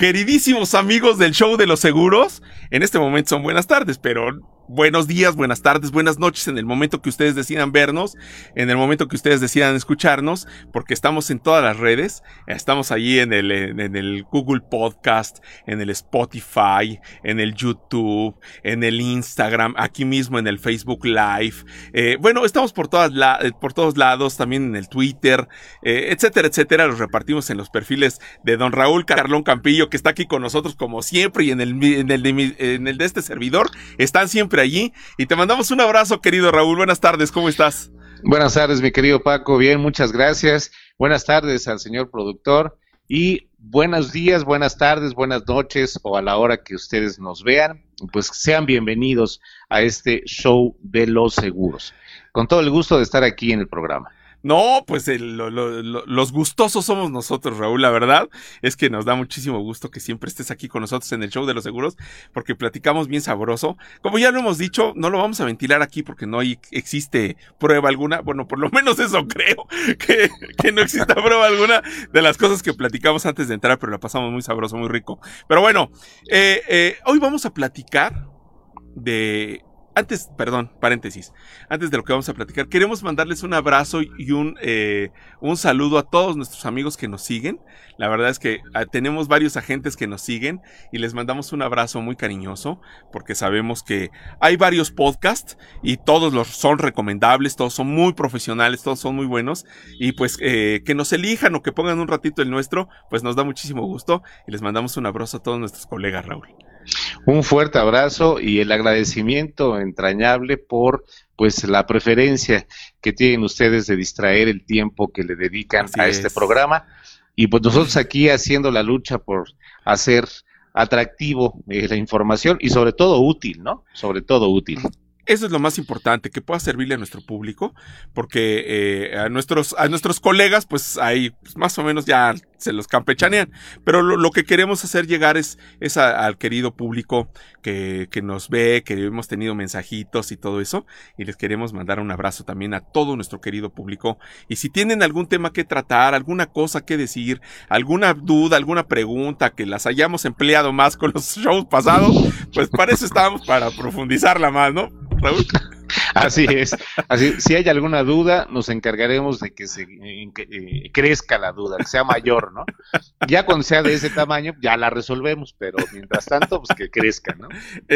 Queridísimos amigos del show de los seguros, en este momento son buenas tardes, pero buenos días, buenas tardes, buenas noches en el momento que ustedes decidan vernos, en el momento que ustedes decidan escucharnos, porque estamos en todas las redes, estamos allí en el Google Podcast, en el Spotify, en el YouTube, en el Instagram, aquí mismo en el Facebook Live, bueno, estamos por todos lados, también en el Twitter, etcétera, etcétera, los repartimos en los perfiles de don Raúl Carlón Campillo, que está aquí con nosotros como siempre, y en el de este servidor, están siempre allí, y te mandamos un abrazo, querido Raúl. Buenas tardes, ¿cómo estás? Buenas tardes, mi querido Paco, bien, muchas gracias. Buenas tardes al señor productor, y buenos días, buenas tardes, buenas noches, o a la hora que ustedes nos vean, pues sean bienvenidos a este show de los seguros. Con todo el gusto de estar aquí en el programa. No, pues los gustosos somos nosotros, Raúl. La verdad es que nos da muchísimo gusto que siempre estés aquí con nosotros en el show de los seguros, porque platicamos bien sabroso. Como ya lo hemos dicho, no lo vamos a ventilar aquí porque no existe prueba alguna. Bueno, por lo menos eso creo, que no exista prueba alguna de las cosas que platicamos antes de entrar, pero la pasamos muy sabroso, muy rico. Pero bueno, hoy vamos a platicar de... Antes de lo que vamos a platicar, queremos mandarles un abrazo y un saludo a todos nuestros amigos que nos siguen. La verdad es que tenemos varios agentes que nos siguen y les mandamos un abrazo muy cariñoso, porque sabemos que hay varios podcasts y todos son recomendables, todos son muy profesionales, todos son muy buenos, y pues que nos elijan o que pongan un ratito el nuestro, pues nos da muchísimo gusto, y les mandamos un abrazo a todos nuestros colegas, Raúl. Un fuerte abrazo y el agradecimiento entrañable por pues la preferencia que tienen ustedes de distraer el tiempo que le dedican a este programa, y pues nosotros aquí haciendo la lucha por hacer atractivo la información y sobre todo útil, ¿no? Sobre todo útil. Eso es lo más importante, que pueda servirle a nuestro público, porque a nuestros colegas, pues ahí pues, más o menos ya se los campechanean, pero lo que queremos hacer llegar es al querido público que nos ve, que hemos tenido mensajitos y todo eso, y les queremos mandar un abrazo también a todo nuestro querido público. Y si tienen algún tema que tratar, alguna cosa que decir, alguna duda, alguna pregunta que las hayamos empleado más con los shows pasados, pues para eso estábamos, para profundizarla más, ¿no, Raúl? Así es. Así, si hay alguna duda, nos encargaremos de que crezca la duda, que sea mayor, ¿no? Ya cuando sea de ese tamaño, ya la resolvemos, pero mientras tanto, pues que crezca, ¿no?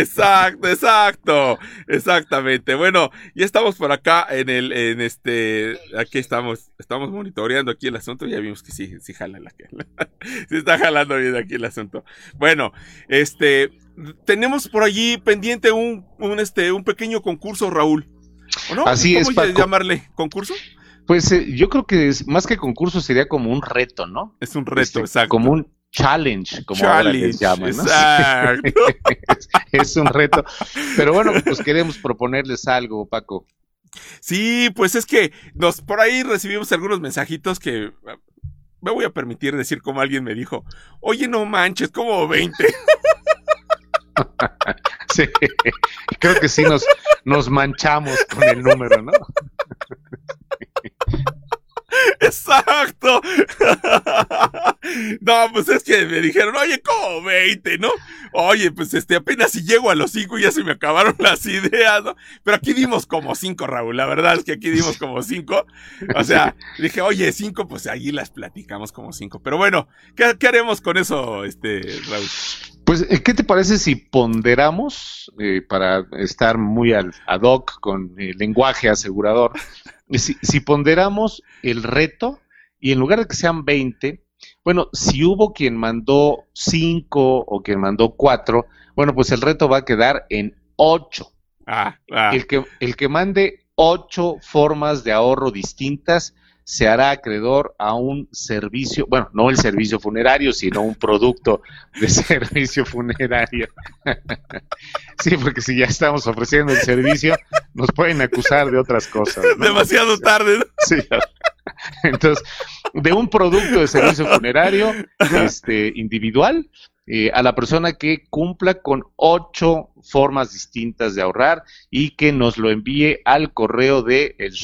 Exactamente. Bueno, ya estamos por acá aquí estamos monitoreando aquí el asunto, ya vimos que sí jala sí está jalando bien aquí el asunto. Bueno, tenemos por allí pendiente un pequeño concurso, Raúl. ¿O no? Así es, Paco. ¿Cómo llamarle? ¿Concurso? Pues yo creo que más que concurso sería como un reto, ¿no? Es un reto, exacto. Como un challenge, ahora les llaman, ¿no? Exacto. Es un reto. Pero bueno, pues queremos proponerles algo, Paco. Sí, pues es que por ahí recibimos algunos mensajitos que me voy a permitir decir, como alguien me dijo: oye, no manches, como 20. Sí, creo que sí nos manchamos con el número, ¿no? Exacto. No, pues es que me dijeron: oye, como 20, ¿no? Oye, pues apenas si llego a los 5 ya se me acabaron las ideas, ¿no? Pero aquí dimos como 5, Raúl, la verdad es que aquí dimos como 5. O sea, dije, oye, 5, pues allí las platicamos como 5. Pero bueno, ¿qué haremos con eso, Raúl? Pues, ¿qué te parece si ponderamos, para estar muy ad hoc con el lenguaje asegurador, si ponderamos el reto y en lugar de que sean 20, bueno, si hubo quien mandó 5 o quien mandó 4, bueno, pues el reto va a quedar en 8. El que mande 8 formas de ahorro distintas se hará acreedor a un servicio, bueno, no el servicio funerario, sino un producto de servicio funerario. Sí, porque si ya estamos ofreciendo el servicio, nos pueden acusar de otras cosas, ¿no? Demasiado tarde, ¿no? Sí. Entonces, de un producto de servicio funerario individual, a la persona que cumpla con 8 formas distintas de ahorrar y que nos lo envíe al correo de el show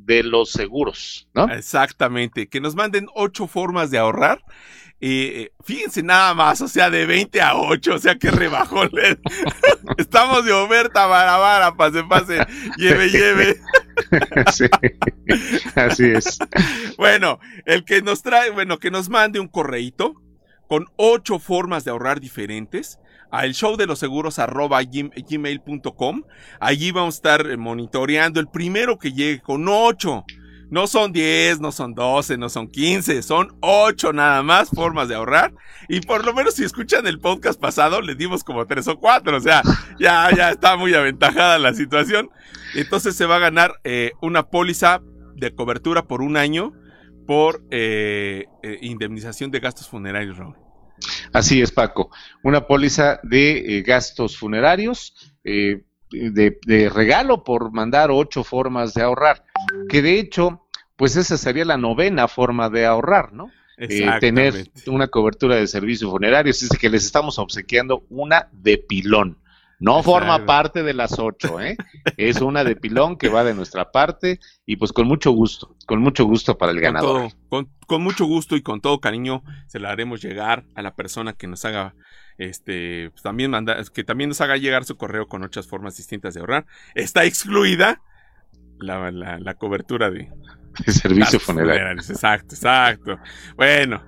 de los seguros, ¿no? Exactamente, que nos manden 8 formas de ahorrar. Fíjense nada más, o sea, de 20 a 8, o sea, que rebajó. Estamos de oferta, vara, pase, lleve. Sí, así es. Bueno, que nos mande un correíto con 8 formas de ahorrar diferentes a elshowdeloseguros@gmail.com. Allí vamos a estar monitoreando el primero que llegue con 8. No son 10, no son 12, no son 15, son 8 nada más formas de ahorrar. Y por lo menos si escuchan el podcast pasado, les dimos como 3 o 4. O sea, ya está muy aventajada la situación. Entonces se va a ganar una póliza de cobertura por un año por indemnización de gastos funerarios, Raúl. Así es, Paco. Una póliza de gastos funerarios, de regalo por mandar 8 formas de ahorrar. Que de hecho, pues esa sería la 9ª forma de ahorrar, ¿no? Tener una cobertura de servicios funerarios. Es que les estamos obsequiando una de pilón. No forma parte de las 8, ¿eh? Es una de pilón que va de nuestra parte y pues con mucho gusto para el ganador. Con mucho gusto y con todo cariño se la haremos llegar a la persona que nos haga, pues también nos haga llegar su correo con 8 formas distintas de ahorrar. Está excluida la cobertura de servicio funerario. Exacto. Bueno.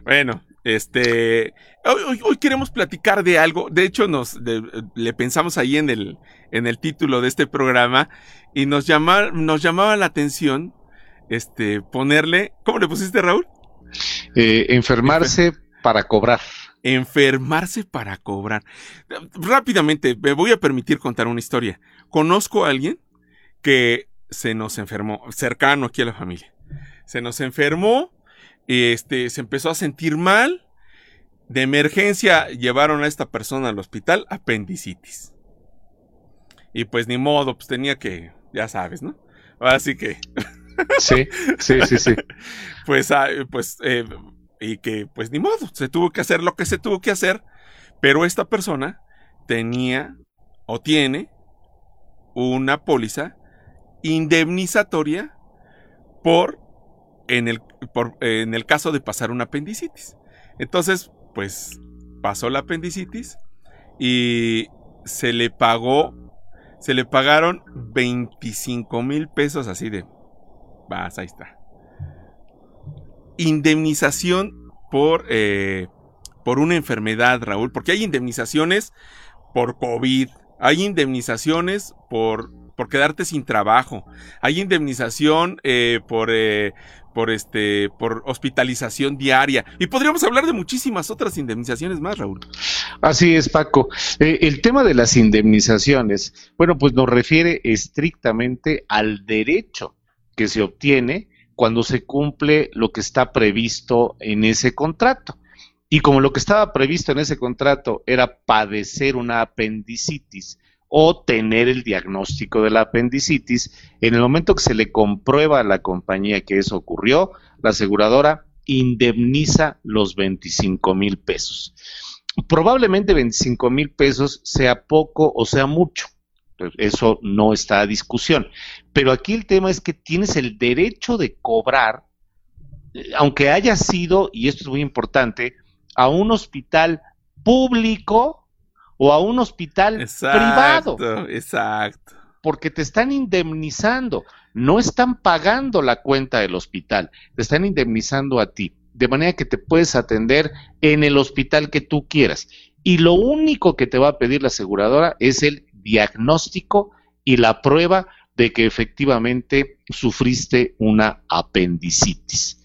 Hoy queremos platicar de algo. De hecho, le pensamos ahí en el título de este programa y nos llamaba la atención ponerle. ¿Cómo le pusiste, Raúl? Enfermarse para cobrar. Enfermarse para cobrar. Rápidamente, me voy a permitir contar una historia. Conozco a alguien que se nos enfermó, cercano aquí a la familia. Se nos enfermó, se empezó a sentir mal. De emergencia llevaron a esta persona al hospital, apendicitis. Y pues ni modo, pues tenía que, ya sabes, ¿no? Así que... Sí. Y que pues ni modo, se tuvo que hacer lo que se tuvo que hacer. Pero esta persona tenía o tiene una póliza indemnizatoria en el caso de pasar una apendicitis. Entonces, pues pasó la apendicitis y se le pagaron 25,000 pesos así de, ahí está. Indemnización por una enfermedad, Raúl, porque hay indemnizaciones por COVID, hay indemnizaciones por quedarte sin trabajo, hay indemnización por hospitalización diaria, y podríamos hablar de muchísimas otras indemnizaciones más, Raúl. Así es, Paco. El tema de las indemnizaciones, bueno, pues nos refiere estrictamente al derecho que se obtiene cuando se cumple lo que está previsto en ese contrato. Y como lo que estaba previsto en ese contrato era padecer una apendicitis o tener el diagnóstico de la apendicitis, en el momento que se le comprueba a la compañía que eso ocurrió, la aseguradora indemniza los 25,000 pesos. Probablemente 25,000 pesos sea poco o sea mucho, eso no está a discusión, pero aquí el tema es que tienes el derecho de cobrar, aunque haya sido, y esto es muy importante, a un hospital público o a un hospital privado. Exacto. Porque te están indemnizando, no están pagando la cuenta del hospital, te están indemnizando a ti, de manera que te puedes atender en el hospital que tú quieras. Y lo único que te va a pedir la aseguradora es el diagnóstico y la prueba de que efectivamente sufriste una apendicitis.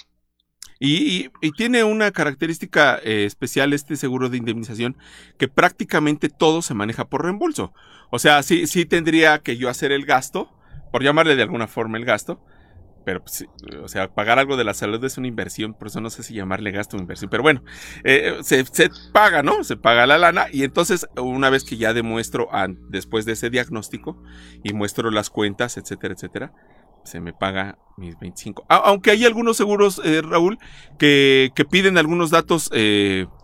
Y tiene una característica especial este seguro de indemnización, que prácticamente todo se maneja por reembolso. O sea, sí tendría que yo hacer el gasto, por llamarle de alguna forma el gasto, pero pues, sí, o sea, pagar algo de la salud es una inversión, por eso no sé si llamarle gasto o inversión, pero bueno, se paga, ¿no? Se paga la lana, y entonces una vez que ya demuestro, después de ese diagnóstico, y muestro las cuentas, etcétera, se me paga mis 25. Aunque hay algunos seguros, Raúl, que piden algunos datos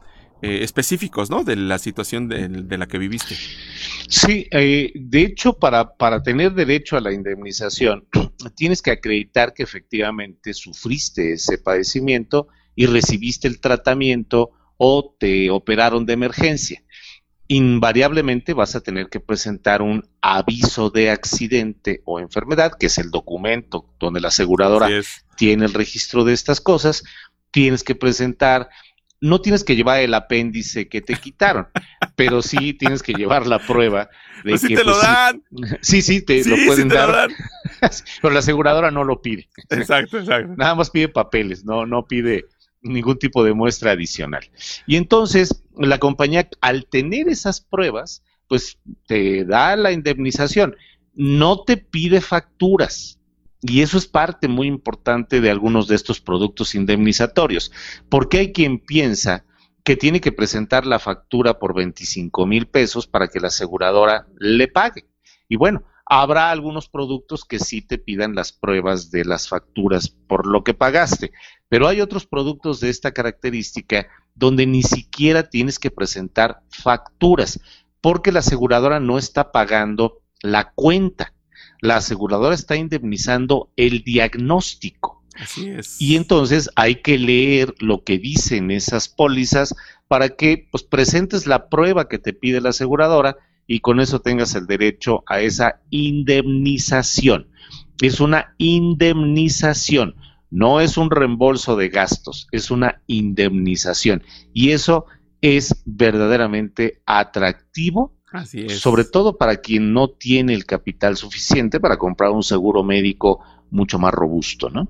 específicos, ¿no? De la situación de la que viviste. Sí, de hecho, para tener derecho a la indemnización, tienes que acreditar que efectivamente sufriste ese padecimiento y recibiste el tratamiento o te operaron de emergencia. Invariablemente vas a tener que presentar un aviso de accidente o enfermedad, que es el documento donde la aseguradora tiene el registro de estas cosas. Tienes que presentar, no tienes que llevar el apéndice que te quitaron, pero sí tienes que llevar la prueba de pues que sí te lo dan. Sí, te lo pueden dar. Lo dan. Pero la aseguradora no lo pide. Exacto. Nada más pide papeles, no pide ningún tipo de muestra adicional. Y entonces la compañía, al tener esas pruebas, pues te da la indemnización. No te pide facturas. Y eso es parte muy importante de algunos de estos productos indemnizatorios, porque hay quien piensa que tiene que presentar la factura por 25,000 pesos para que la aseguradora le pague. Y bueno, habrá algunos productos que sí te pidan las pruebas de las facturas por lo que pagaste, pero hay otros productos de esta característica donde ni siquiera tienes que presentar facturas, porque la aseguradora no está pagando la cuenta. La aseguradora está indemnizando el diagnóstico. Así es. Y entonces hay que leer lo que dicen esas pólizas para que pues presentes la prueba que te pide la aseguradora y con eso tengas el derecho a esa indemnización. Es una indemnización, no es un reembolso de gastos, es una indemnización. Y eso es verdaderamente atractivo. Así es. Sobre todo para quien no tiene el capital suficiente para comprar un seguro médico mucho más robusto, ¿no?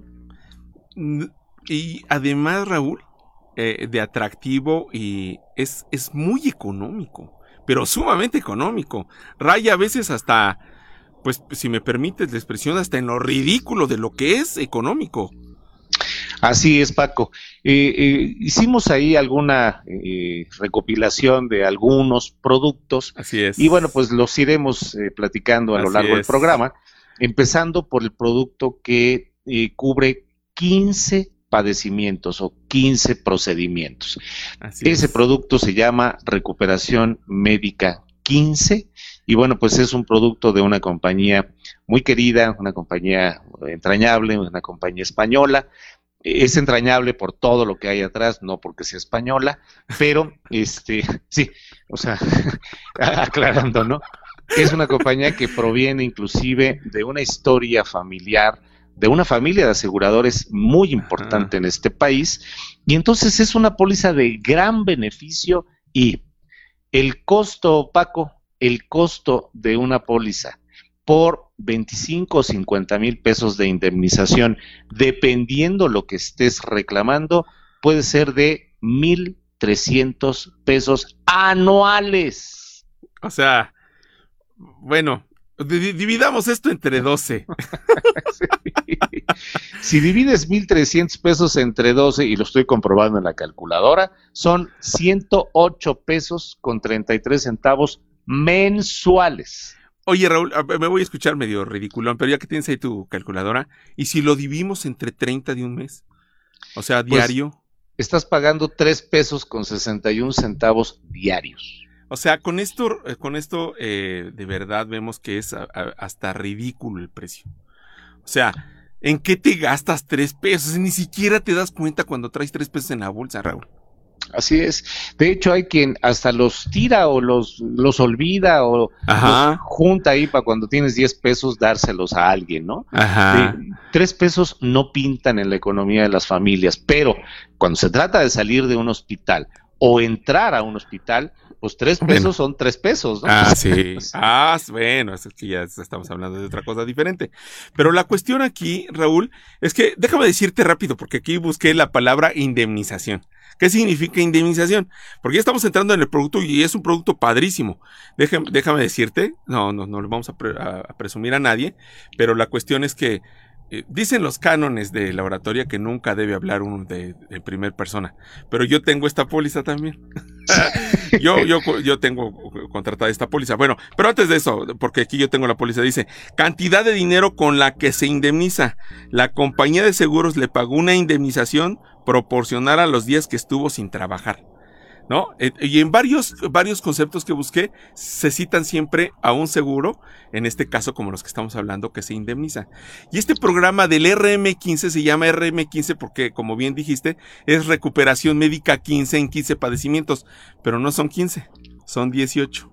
Y además, Raúl, de atractivo y es muy económico, pero sumamente económico. Raya a veces hasta, pues si me permites la expresión, hasta en lo ridículo de lo que es económico. Así es, Paco. Hicimos ahí alguna recopilación de algunos productos. Así es. Y bueno, pues los iremos platicando a lo largo del programa, empezando por el producto que cubre 15 padecimientos o 15 procedimientos. Ese producto se llama Recuperación Médica 15 y bueno, pues es un producto de una compañía muy querida, una compañía entrañable, una compañía española. Es entrañable por todo lo que hay atrás, no porque sea española, pero sí, o sea, aclarando, ¿no? Es una compañía que proviene inclusive de una historia familiar, de una familia de aseguradores muy importante en este país, y entonces es una póliza de gran beneficio y el costo, Paco, el costo de una póliza por 25 o 50,000 pesos de indemnización, dependiendo lo que estés reclamando, puede ser de 1,300 pesos anuales. O sea, bueno, dividamos esto entre 12. Sí. Si divides 1,300 pesos entre 12, y lo estoy comprobando en la calculadora, son 108 pesos con 33 centavos mensuales. Oye, Raúl, me voy a escuchar medio ridiculón, pero ya que tienes ahí tu calculadora, ¿y si lo dividimos entre 30 de un mes? O sea, diario. Pues, estás pagando 3 pesos con 61 centavos diarios. O sea, con esto de verdad vemos que es hasta ridículo el precio. O sea, ¿en qué te gastas 3 pesos? Ni siquiera te das cuenta cuando traes 3 pesos en la bolsa, Raúl. Así es. De hecho, hay quien hasta los tira o los olvida o los junta ahí para cuando tienes 10 pesos dárselos a alguien, ¿no? 3 pesos no pintan en la economía de las familias, pero cuando se trata de salir de un hospital o entrar a un hospital, pues 3 pesos son 3 pesos, ¿no? Sí. Bueno, es que ya estamos hablando de otra cosa diferente. Pero la cuestión aquí, Raúl, es que déjame decirte rápido, porque aquí busqué la palabra indemnización. ¿Qué significa indemnización? Porque ya estamos entrando en el producto y es un producto padrísimo. Déjame decirte, no le vamos a presumir a nadie, pero la cuestión es que dicen los cánones de la oratoria que nunca debe hablar uno de primera persona, pero yo tengo esta póliza también. yo tengo contratada esta póliza. Bueno, pero antes de eso, porque aquí yo tengo la póliza, dice, cantidad de dinero con la que se indemniza. La compañía de seguros le pagó una indemnización proporcional a los días que estuvo sin trabajar. ¿no? Y en varios conceptos que busqué, se citan siempre a un seguro, en este caso como los que estamos hablando, que se indemniza. Y este programa del RM15 se llama RM15 porque, como bien dijiste, es recuperación médica 15 en 15 padecimientos, pero no son 15, son 18.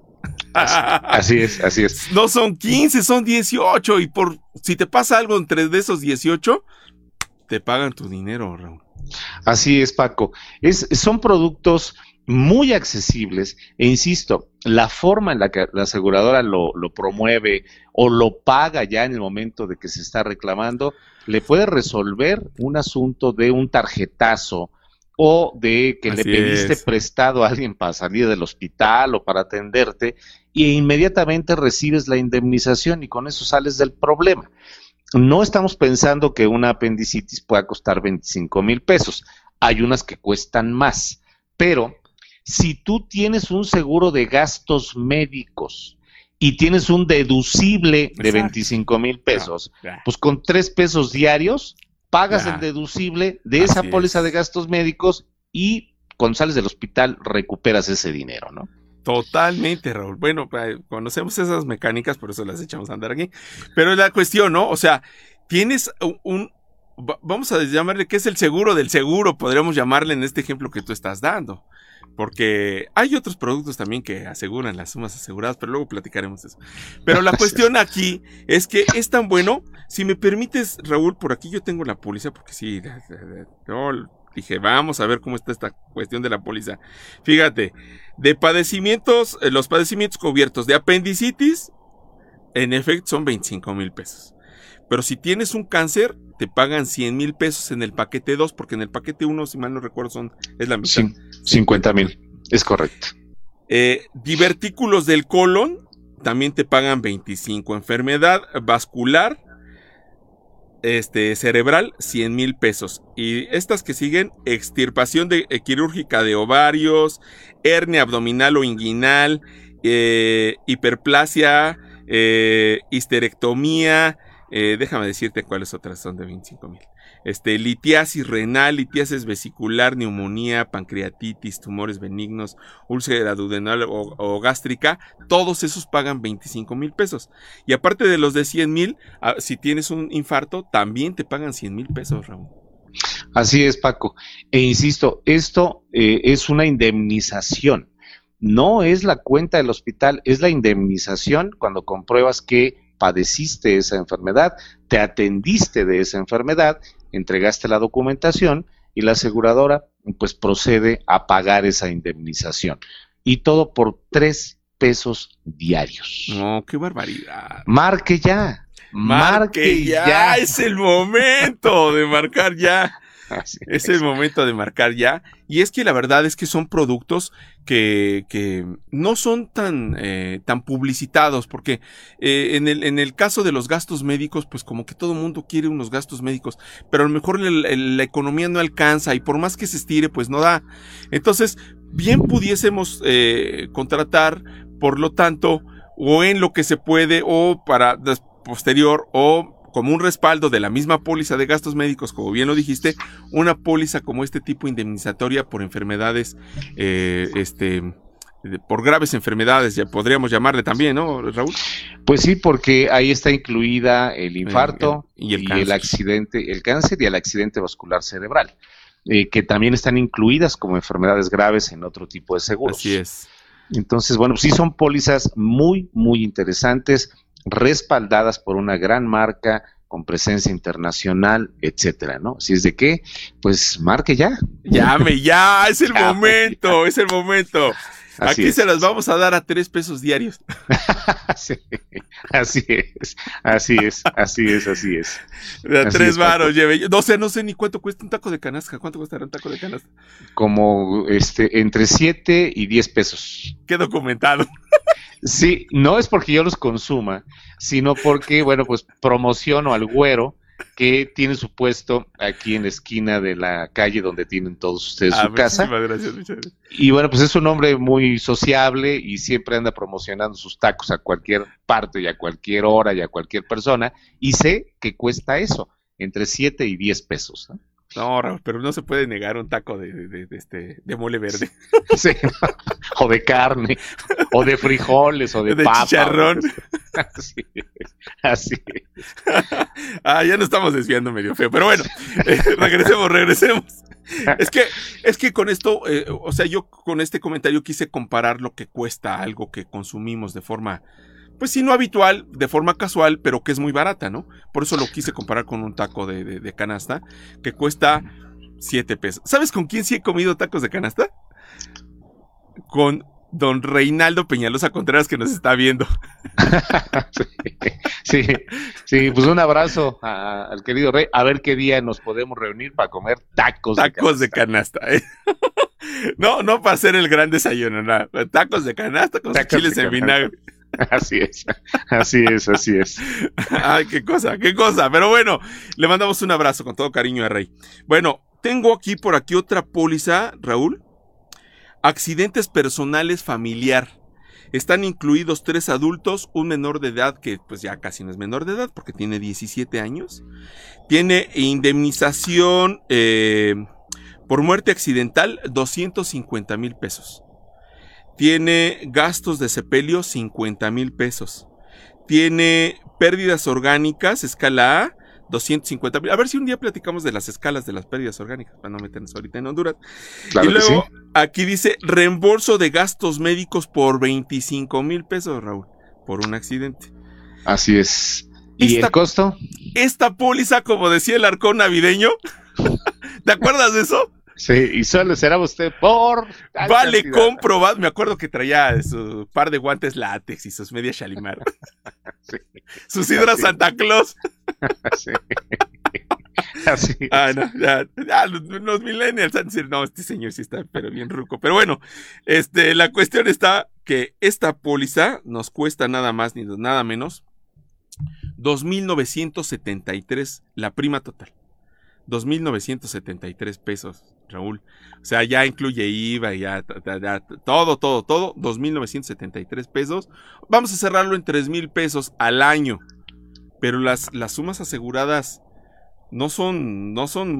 Así es. No son 15, son 18, y si te pasa algo entre de esos 18, te pagan tu dinero, Raúl. Así es, Paco. Son productos muy accesibles e insisto, la forma en la que la aseguradora lo promueve o lo paga ya en el momento de que se está reclamando, le puede resolver un asunto de un tarjetazo o de que le pediste prestado a alguien para salir del hospital o para atenderte e inmediatamente recibes la indemnización y con eso sales del problema. No estamos pensando que una apendicitis pueda costar 25,000 pesos. Hay unas que cuestan más, pero si tú tienes un seguro de gastos médicos y tienes un deducible de 25,000 pesos, pues con 3 pesos diarios pagas el deducible de esa póliza de gastos médicos y cuando sales del hospital recuperas ese dinero, ¿no? Totalmente, Raúl. Bueno, conocemos esas mecánicas, por eso las echamos a andar aquí. Pero la cuestión, ¿no? O sea, tienes vamos a llamarle, ¿qué es el seguro del seguro? Podríamos llamarle en este ejemplo que tú estás dando. Porque hay otros productos también que aseguran las sumas aseguradas, pero luego platicaremos de eso. Pero la cuestión aquí es que es tan bueno. Si me permites, Raúl, por aquí yo tengo la póliza, porque sí, yo dije, vamos a ver cómo está esta cuestión de la póliza. Fíjate, de padecimientos, los padecimientos cubiertos de apendicitis, en efecto son 25,000 pesos. Pero si tienes un cáncer, te pagan 100,000 pesos en el paquete 2, porque en el paquete 1, si mal no recuerdo, es la mitad. 50,000, es correcto. Divertículos del colon, también te pagan 25. Enfermedad vascular, cerebral, 100,000 pesos. Y estas que siguen, extirpación quirúrgica de ovarios, hernia abdominal o inguinal, hiperplasia, histerectomía, déjame decirte cuáles otras son de 25,000. Litiasis renal, litiasis vesicular, neumonía, pancreatitis, tumores benignos, úlcera duodenal o gástrica, todos esos pagan 25,000 pesos. Y aparte de los de 100,000, si tienes un infarto, también te pagan 100,000 pesos, Raúl. Así es, Paco. E insisto, esto es una indemnización. No es la cuenta del hospital, es la indemnización cuando compruebas que padeciste esa enfermedad, te atendiste de esa enfermedad, entregaste la documentación y la aseguradora pues procede a pagar esa indemnización. Y todo por 3 pesos diarios. No, qué barbaridad. Marque ya. Marque ya. Es el momento de marcar ya. Es el momento de marcar ya. Y es que la verdad es que son productos que no son tan publicitados, porque en el caso de los gastos médicos, pues como que todo el mundo quiere unos gastos médicos, pero a lo mejor la economía no alcanza y por más que se estire, pues no da. Entonces, bien pudiésemos contratar, por lo tanto, o en lo que se puede, o para posterior, o como un respaldo de la misma póliza de gastos médicos, como bien lo dijiste, una póliza como este tipo indemnizatoria por enfermedades, por graves enfermedades, ya podríamos llamarle también, ¿no, Raúl? Pues sí, porque ahí está incluida el infarto y el accidente, el cáncer y el accidente vascular cerebral, que también están incluidas como enfermedades graves en otro tipo de seguros. Así es. Entonces, bueno, sí son pólizas muy, muy interesantes, respaldadas por una gran marca con presencia internacional, etcétera, ¿no? Si es de qué, pues marque ya. Llame ya, es el momento, es el momento. Así Aquí es. Se las vamos a dar a 3 pesos diarios. Sí, así es. De a 3 varos lleve. No sé ni cuánto cuesta un taco de canasta. ¿Cuánto costará un taco de canasta? Como entre 7 y 10 pesos. Qué documentado. Sí, no es porque yo los consuma, sino porque, bueno, pues promociono al güero que tiene su puesto aquí en la esquina de la calle donde tienen todos ustedes su casa. Gracias, muchas gracias. Y bueno, pues es un hombre muy sociable y siempre anda promocionando sus tacos a cualquier parte y a cualquier hora y a cualquier persona. Y sé que cuesta eso, entre 7 y 10 pesos, ¿no? No, Raúl, pero no se puede negar un taco de mole verde. Sí, o de carne, o de frijoles, o de papa. Chicharrón. Así es, así es. Ya nos estamos desviando medio feo, pero bueno, regresemos. Es que con esto, o sea, yo con este comentario quise comparar lo que cuesta algo que consumimos de forma, pues sí, no habitual, de forma casual, pero que es muy barata, ¿no? Por eso lo quise comparar con un taco de canasta que cuesta 7 pesos. ¿Sabes con quién sí he comido tacos de canasta? Con don Reinaldo Peñalosa Contreras, que nos está viendo. Sí, pues un abrazo al querido Rey. A ver qué día nos podemos reunir para comer tacos de canasta. No para hacer el gran desayuno, nada. Tacos de canasta con tacos chiles en vinagre. Así es. Ay, qué cosa. Pero bueno, le mandamos un abrazo con todo cariño a Rey. Bueno, tengo por aquí otra póliza, Raúl. Accidentes personales familiar. Están incluidos 3 adultos, un menor de edad que pues ya casi no es menor de edad porque tiene 17 años. Tiene indemnización por muerte accidental, 250,000 pesos. Tiene gastos de sepelio, 50,000 pesos. Tiene pérdidas orgánicas, escala A, 250,000. A ver si un día platicamos de las escalas de las pérdidas orgánicas, para no meternos ahorita en Honduras. Claro, y luego, sí. Aquí dice reembolso de gastos médicos por 25,000 pesos, Raúl, por un accidente. Así es. ¿Y el costo? Esta póliza, como decía el arcón navideño, ¿te acuerdas de eso? Sí, y solo será usted por... Vale, comprobado. Me acuerdo que traía su par de guantes látex y sus medias Shalimar. Sí. Sus hidras Santa Claus. Sí. Así es. No, ya, los millennials van a decir, no, este señor sí está, pero bien ruco. Pero bueno, la cuestión está que esta póliza nos cuesta nada más ni nada menos 2,973 la prima total. 2,973 pesos, Raúl. O sea, ya incluye IVA, ya todo, 2,973 pesos. Vamos a cerrarlo en 3,000 pesos al año. Pero las sumas aseguradas no son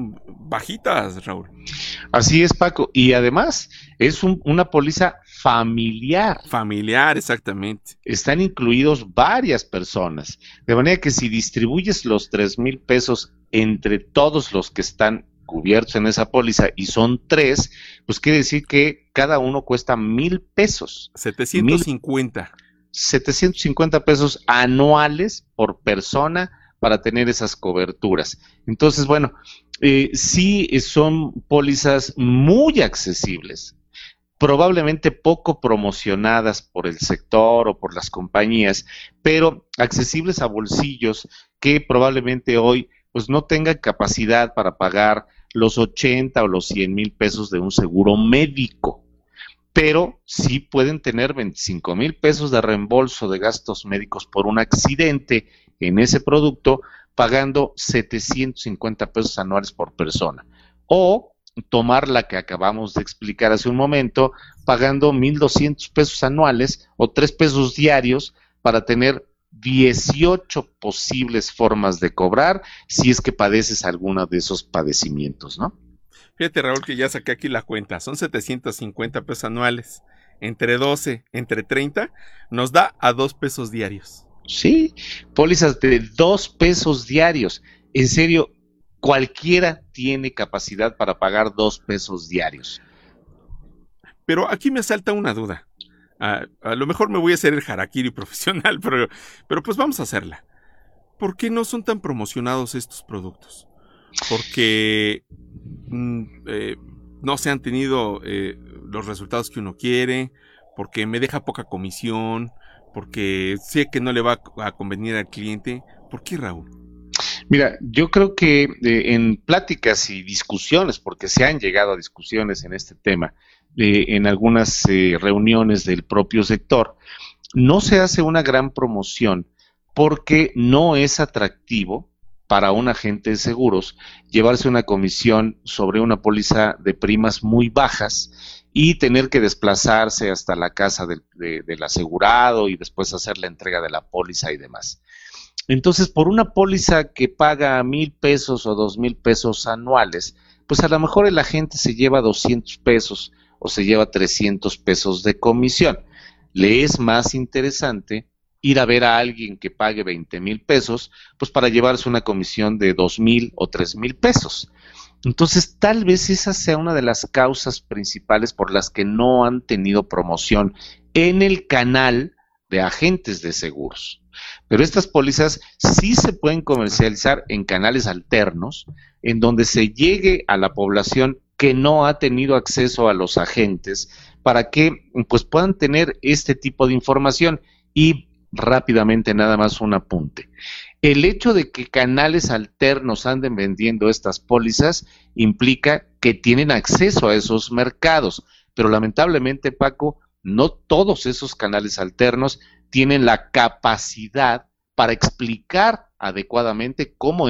bajitas, Raúl. Así es, Paco. Y además es una póliza familiar. Familiar, exactamente. Están incluidos varias personas. De manera que si distribuyes los 3,000 pesos entre todos los que están cubiertos en esa póliza y son 3, pues quiere decir que cada uno cuesta 1,000 pesos. 750. 750 pesos anuales por persona para tener esas coberturas. Entonces, bueno, sí son pólizas muy accesibles, probablemente poco promocionadas por el sector o por las compañías, pero accesibles a bolsillos que probablemente hoy pues no tengan capacidad para pagar los 80 o los 100,000 pesos de un seguro médico, pero sí pueden tener 25,000 pesos de reembolso de gastos médicos por un accidente en ese producto, pagando 750 pesos anuales por persona. O tomar la que acabamos de explicar hace un momento, pagando 1,200 pesos anuales o 3 pesos diarios para tener 18 posibles formas de cobrar si es que padeces alguno de esos padecimientos, ¿no? Fíjate, Raúl, que ya saqué aquí la cuenta. Son 750 pesos anuales. Entre 12, entre 30, nos da a 2 pesos diarios. Sí, pólizas de 2 pesos diarios. En serio, cualquiera tiene capacidad para pagar 2 pesos diarios. Pero aquí me asalta una duda. A lo mejor me voy a hacer el harakiri profesional, pero pues vamos a hacerla. ¿Por qué no son tan promocionados estos productos? Porque no se han tenido los resultados que uno quiere, porque me deja poca comisión, porque sé que no le va a convenir al cliente. ¿Por qué, Raúl? Mira, yo creo que en pláticas y discusiones, porque se han llegado a discusiones en este tema, en algunas reuniones del propio sector, no se hace una gran promoción porque no es atractivo para un agente de seguros llevarse una comisión sobre una póliza de primas muy bajas y tener que desplazarse hasta la casa del asegurado y después hacer la entrega de la póliza y demás. Entonces, por una póliza que paga 1,000 pesos o 2,000 pesos anuales, pues a lo mejor el agente se lleva 200 pesos o se lleva 300 pesos de comisión. Le es más interesante ir a ver a alguien que pague 20,000 pesos, pues para llevarse una comisión de 2,000 o 3,000 pesos. Entonces, tal vez esa sea una de las causas principales por las que no han tenido promoción en el canal de agentes de seguros. Pero estas pólizas sí se pueden comercializar en canales alternos, en donde se llegue a la población que no ha tenido acceso a los agentes, para que pues puedan tener este tipo de información. Y rápidamente, nada más un apunte. El hecho de que canales alternos anden vendiendo estas pólizas implica que tienen acceso a esos mercados, pero lamentablemente, Paco, no todos esos canales alternos tienen la capacidad para explicar adecuadamente cómo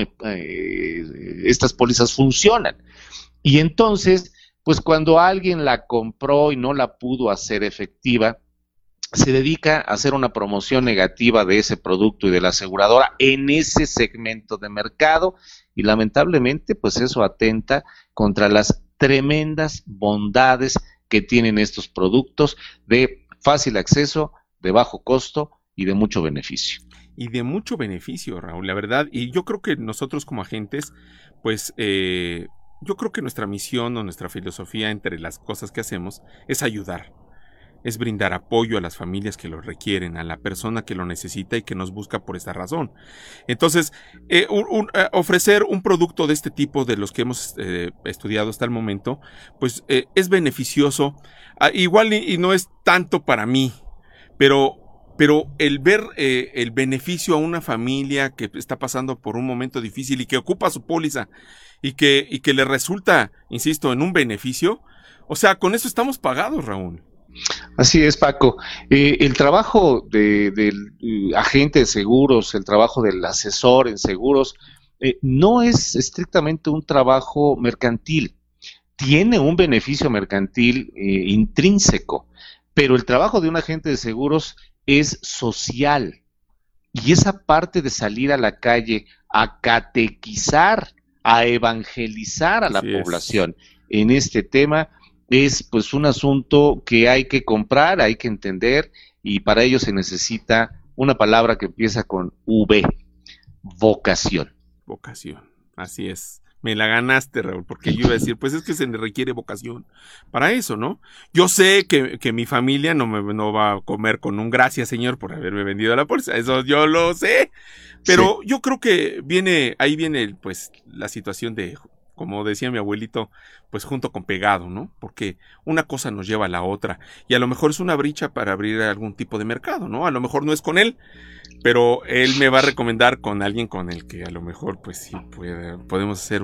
estas pólizas funcionan. Y entonces, pues cuando alguien la compró y no la pudo hacer efectiva, se dedica a hacer una promoción negativa de ese producto y de la aseguradora en ese segmento de mercado, y lamentablemente pues eso atenta contra las tremendas bondades que tienen estos productos de fácil acceso, de bajo costo y de mucho beneficio. Y de mucho beneficio, Raúl, la verdad. Y yo creo que nosotros como agentes, pues yo creo que nuestra misión o nuestra filosofía entre las cosas que hacemos es ayudar. Es brindar apoyo a las familias que lo requieren, a la persona que lo necesita y que nos busca por esta razón. Entonces, ofrecer un producto de este tipo, de los que hemos estudiado hasta el momento, pues es beneficioso. Igual y no es tanto para mí, pero el ver el beneficio a una familia que está pasando por un momento difícil y que ocupa su póliza y que le resulta, insisto, en un beneficio, o sea, con eso estamos pagados, Raúl. Así es, Paco. El trabajo del agente de seguros, el trabajo del asesor en seguros, no es estrictamente un trabajo mercantil. Tiene un beneficio mercantil intrínseco, pero el trabajo de un agente de seguros es social. Y esa parte de salir a la calle a catequizar, a evangelizar a la población en este tema, es pues un asunto que hay que comprar, hay que entender, y para ello se necesita una palabra que empieza con V: vocación. Vocación, así es. Me la ganaste, Raúl, porque yo iba a decir, pues es que se le requiere vocación para eso, ¿no? Yo sé que mi familia no va a comer con un gracias, señor, por haberme vendido la póliza, eso yo lo sé, pero yo creo que ahí viene pues la situación de, como decía mi abuelito, pues junto con pegado, ¿no? Porque una cosa nos lleva a la otra, y a lo mejor es una brecha para abrir algún tipo de mercado, ¿no? A lo mejor no es con él, pero él me va a recomendar con alguien con el que a lo mejor, pues sí, podemos hacer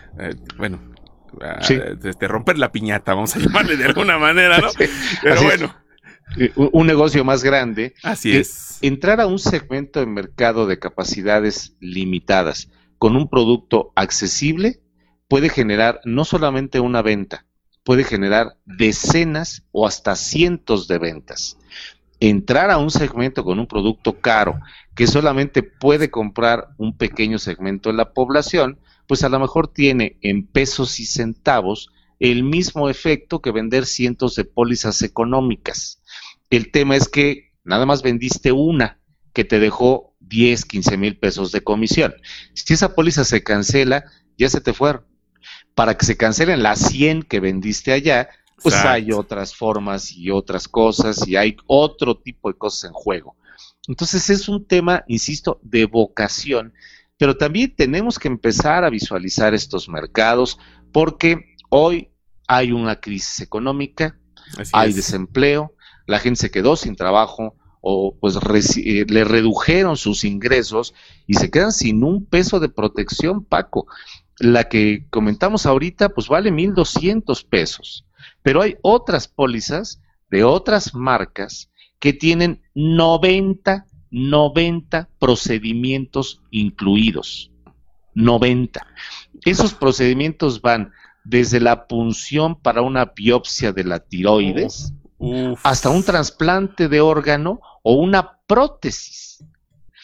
romper la piñata, vamos a llamarle de alguna manera, ¿no? Pero bueno. Un negocio más grande. Así es. Entrar a un segmento de mercado de capacidades limitadas con un producto accesible puede generar no solamente una venta, puede generar decenas o hasta cientos de ventas. Entrar a un segmento con un producto caro que solamente puede comprar un pequeño segmento de la población, pues a lo mejor tiene en pesos y centavos el mismo efecto que vender cientos de pólizas económicas. El tema es que nada más vendiste una que te dejó 10, 15 mil pesos de comisión. Si esa póliza se cancela, ya se te fueron. Para que se cancelen las 100 que vendiste allá, pues hay otras formas y otras cosas, y hay otro tipo de cosas en juego. Entonces es un tema, insisto, de vocación, pero también tenemos que empezar a visualizar estos mercados, porque hoy hay una crisis económica, hay desempleo, la gente se quedó sin trabajo, o pues le redujeron sus ingresos y se quedan sin un peso de protección, Paco. La que comentamos ahorita pues vale 1,200 pesos, pero hay otras pólizas de otras marcas que tienen 90 procedimientos incluidos. 90. Esos procedimientos van desde la punción para una biopsia de la tiroides hasta un trasplante de órgano o una prótesis.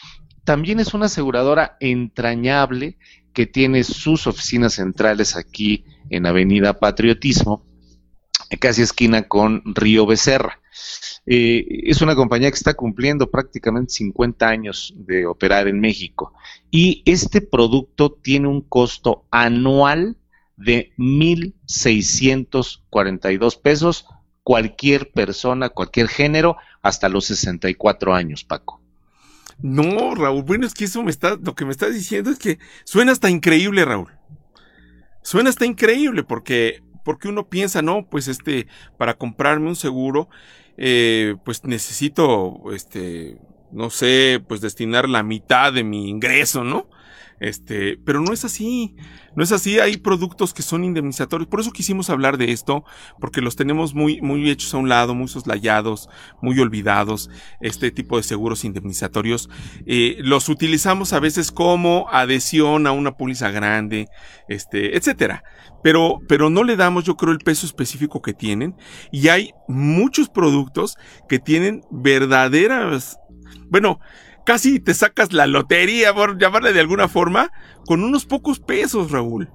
también es una aseguradora entrañable que tiene sus oficinas centrales aquí en Avenida Patriotismo, casi esquina con Río Becerra. Es una compañía que está cumpliendo prácticamente 50 años de operar en México y este producto tiene un costo anual de 1,642 pesos, cualquier persona, cualquier género, hasta los 64 años, Paco. No, Raúl, bueno, es que lo que me estás diciendo es que suena hasta increíble, Raúl. Suena hasta increíble porque uno piensa, no, pues para comprarme un seguro, pues necesito, no sé, pues destinar la mitad de mi ingreso, ¿no? Pero no es así, hay productos que son indemnizatorios, por eso quisimos hablar de esto, porque los tenemos muy, muy hechos a un lado, muy soslayados, muy olvidados, este tipo de seguros indemnizatorios, los utilizamos a veces como adhesión a una póliza grande, etcétera, pero no le damos, yo creo, el peso específico que tienen, y hay muchos productos que tienen verdaderas, bueno, casi te sacas la lotería, por llamarle de alguna forma, con unos pocos pesos, Raúl.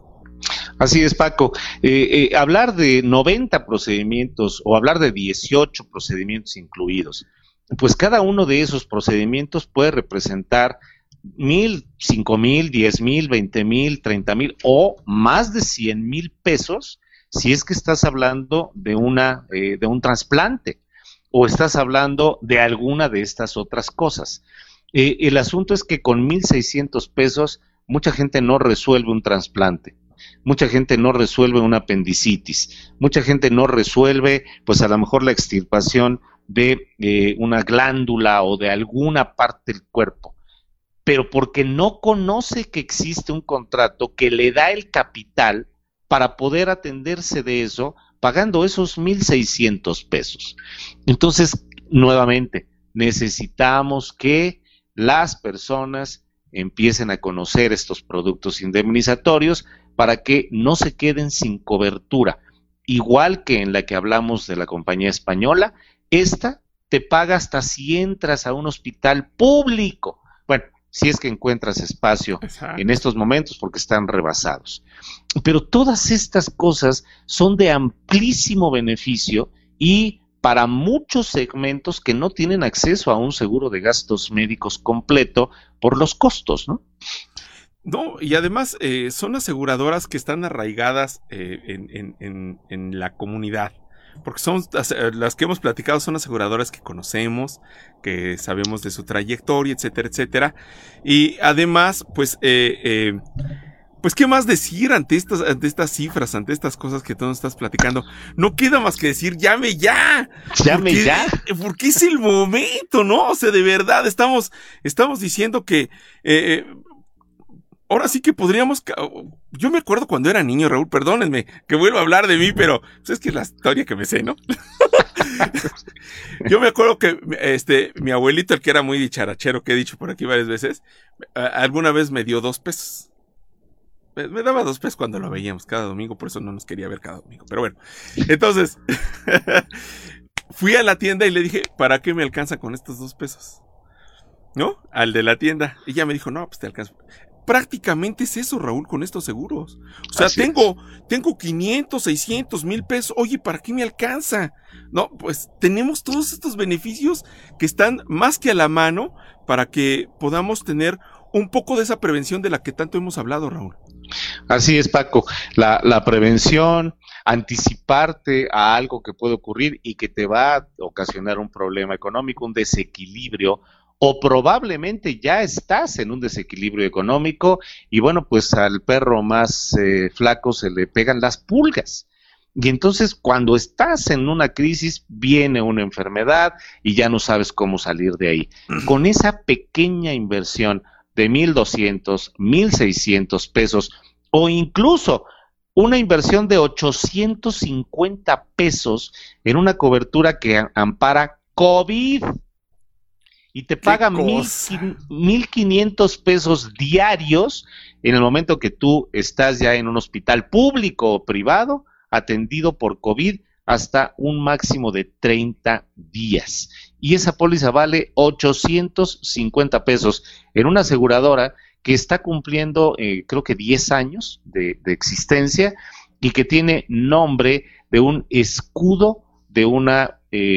Así es, Paco. Hablar de 90 procedimientos o hablar de 18 procedimientos incluidos, pues cada uno de esos procedimientos puede representar 1,000, 5,000, 10,000, 20,000, 30,000 o más de 100,000 pesos si es que estás hablando de un trasplante o estás hablando de alguna de estas otras cosas. El asunto es que con 1,600 pesos mucha gente no resuelve un trasplante, mucha gente no resuelve una apendicitis, mucha gente no resuelve, pues a lo mejor la extirpación de una glándula o de alguna parte del cuerpo, pero porque no conoce que existe un contrato que le da el capital para poder atenderse de eso, pagando esos 1,600 pesos. Entonces, nuevamente, necesitamos que las personas empiecen a conocer estos productos indemnizatorios para que no se queden sin cobertura. Igual que en la que hablamos de la compañía española, esta te paga hasta si entras a un hospital público. Bueno, si es que encuentras espacio. Exacto. En estos momentos porque están rebasados. Pero todas estas cosas son de amplísimo beneficio y para muchos segmentos que no tienen acceso a un seguro de gastos médicos completo por los costos, ¿no? No, y además son aseguradoras que están arraigadas en la comunidad, porque son las que hemos platicado, son aseguradoras que conocemos, que sabemos de su trayectoria, etcétera, etcétera, y además, pues ¿qué más decir ante estas cifras, ante estas cosas que tú nos estás platicando? No queda más que decir, llame ya. Llame ya. Porque es el momento, ¿no? O sea, de verdad, estamos diciendo que, ahora sí que podríamos, yo me acuerdo cuando era niño, Raúl, perdónenme que vuelva a hablar de mí, pero pues es que es la historia que me sé, ¿no? Yo me acuerdo que, mi abuelito, el que era muy dicharachero, que he dicho por aquí varias veces, alguna vez me dio 2 pesos. Me daba 2 pesos cuando lo veíamos cada domingo, por eso no nos quería ver cada domingo. Pero bueno, entonces fui a la tienda y le dije, ¿para qué me alcanza con estos 2 pesos? ¿No? Al de la tienda. Y ella me dijo, no, pues te alcanza. Prácticamente es eso, Raúl, con estos seguros. O sea, tengo 500, 600, 1,000 pesos. Oye, ¿para qué me alcanza? No, pues tenemos todos estos beneficios que están más que a la mano para que podamos tener un poco de esa prevención de la que tanto hemos hablado, Raúl. Así es, Paco. La prevención, anticiparte a algo que puede ocurrir y que te va a ocasionar un problema económico, un desequilibrio, o probablemente ya estás en un desequilibrio económico y bueno, pues al perro más flaco se le pegan las pulgas. Y entonces cuando estás en una crisis viene una enfermedad y ya no sabes cómo salir de ahí. Con esa pequeña inversión de 1,200, 1,600 pesos o incluso una inversión de 850 pesos en una cobertura que ampara COVID y te paga 1,500 pesos diarios en el momento que tú estás ya en un hospital público o privado atendido por COVID hasta un máximo de 30 días. Y esa póliza vale 850 pesos en una aseguradora que está cumpliendo, creo que 10 años de existencia y que tiene nombre de un escudo de una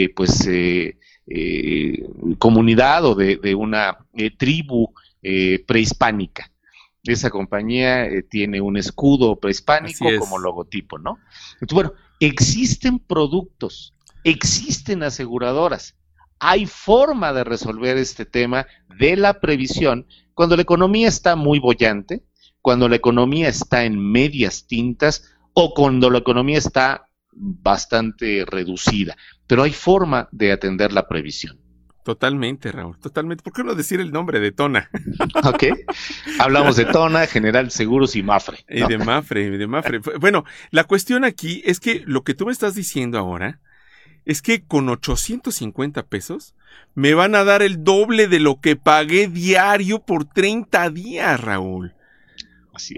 comunidad o de una tribu prehispánica. Esa compañía tiene un escudo prehispánico como logotipo, ¿no? Entonces, bueno, existen productos, existen aseguradoras, hay forma de resolver este tema de la previsión cuando la economía está muy boyante, cuando la economía está en medias tintas o cuando la economía está bastante reducida, pero hay forma de atender la previsión. Totalmente, Raúl, totalmente. ¿Por qué no decir el nombre de Tona? Ok, hablamos de Tona, General Seguros y Mapfre, ¿no? Y de Mapfre. Bueno, la cuestión aquí es que lo que tú me estás diciendo ahora es que con 850 pesos me van a dar el doble de lo que pagué diario por 30 días, Raúl. Así es.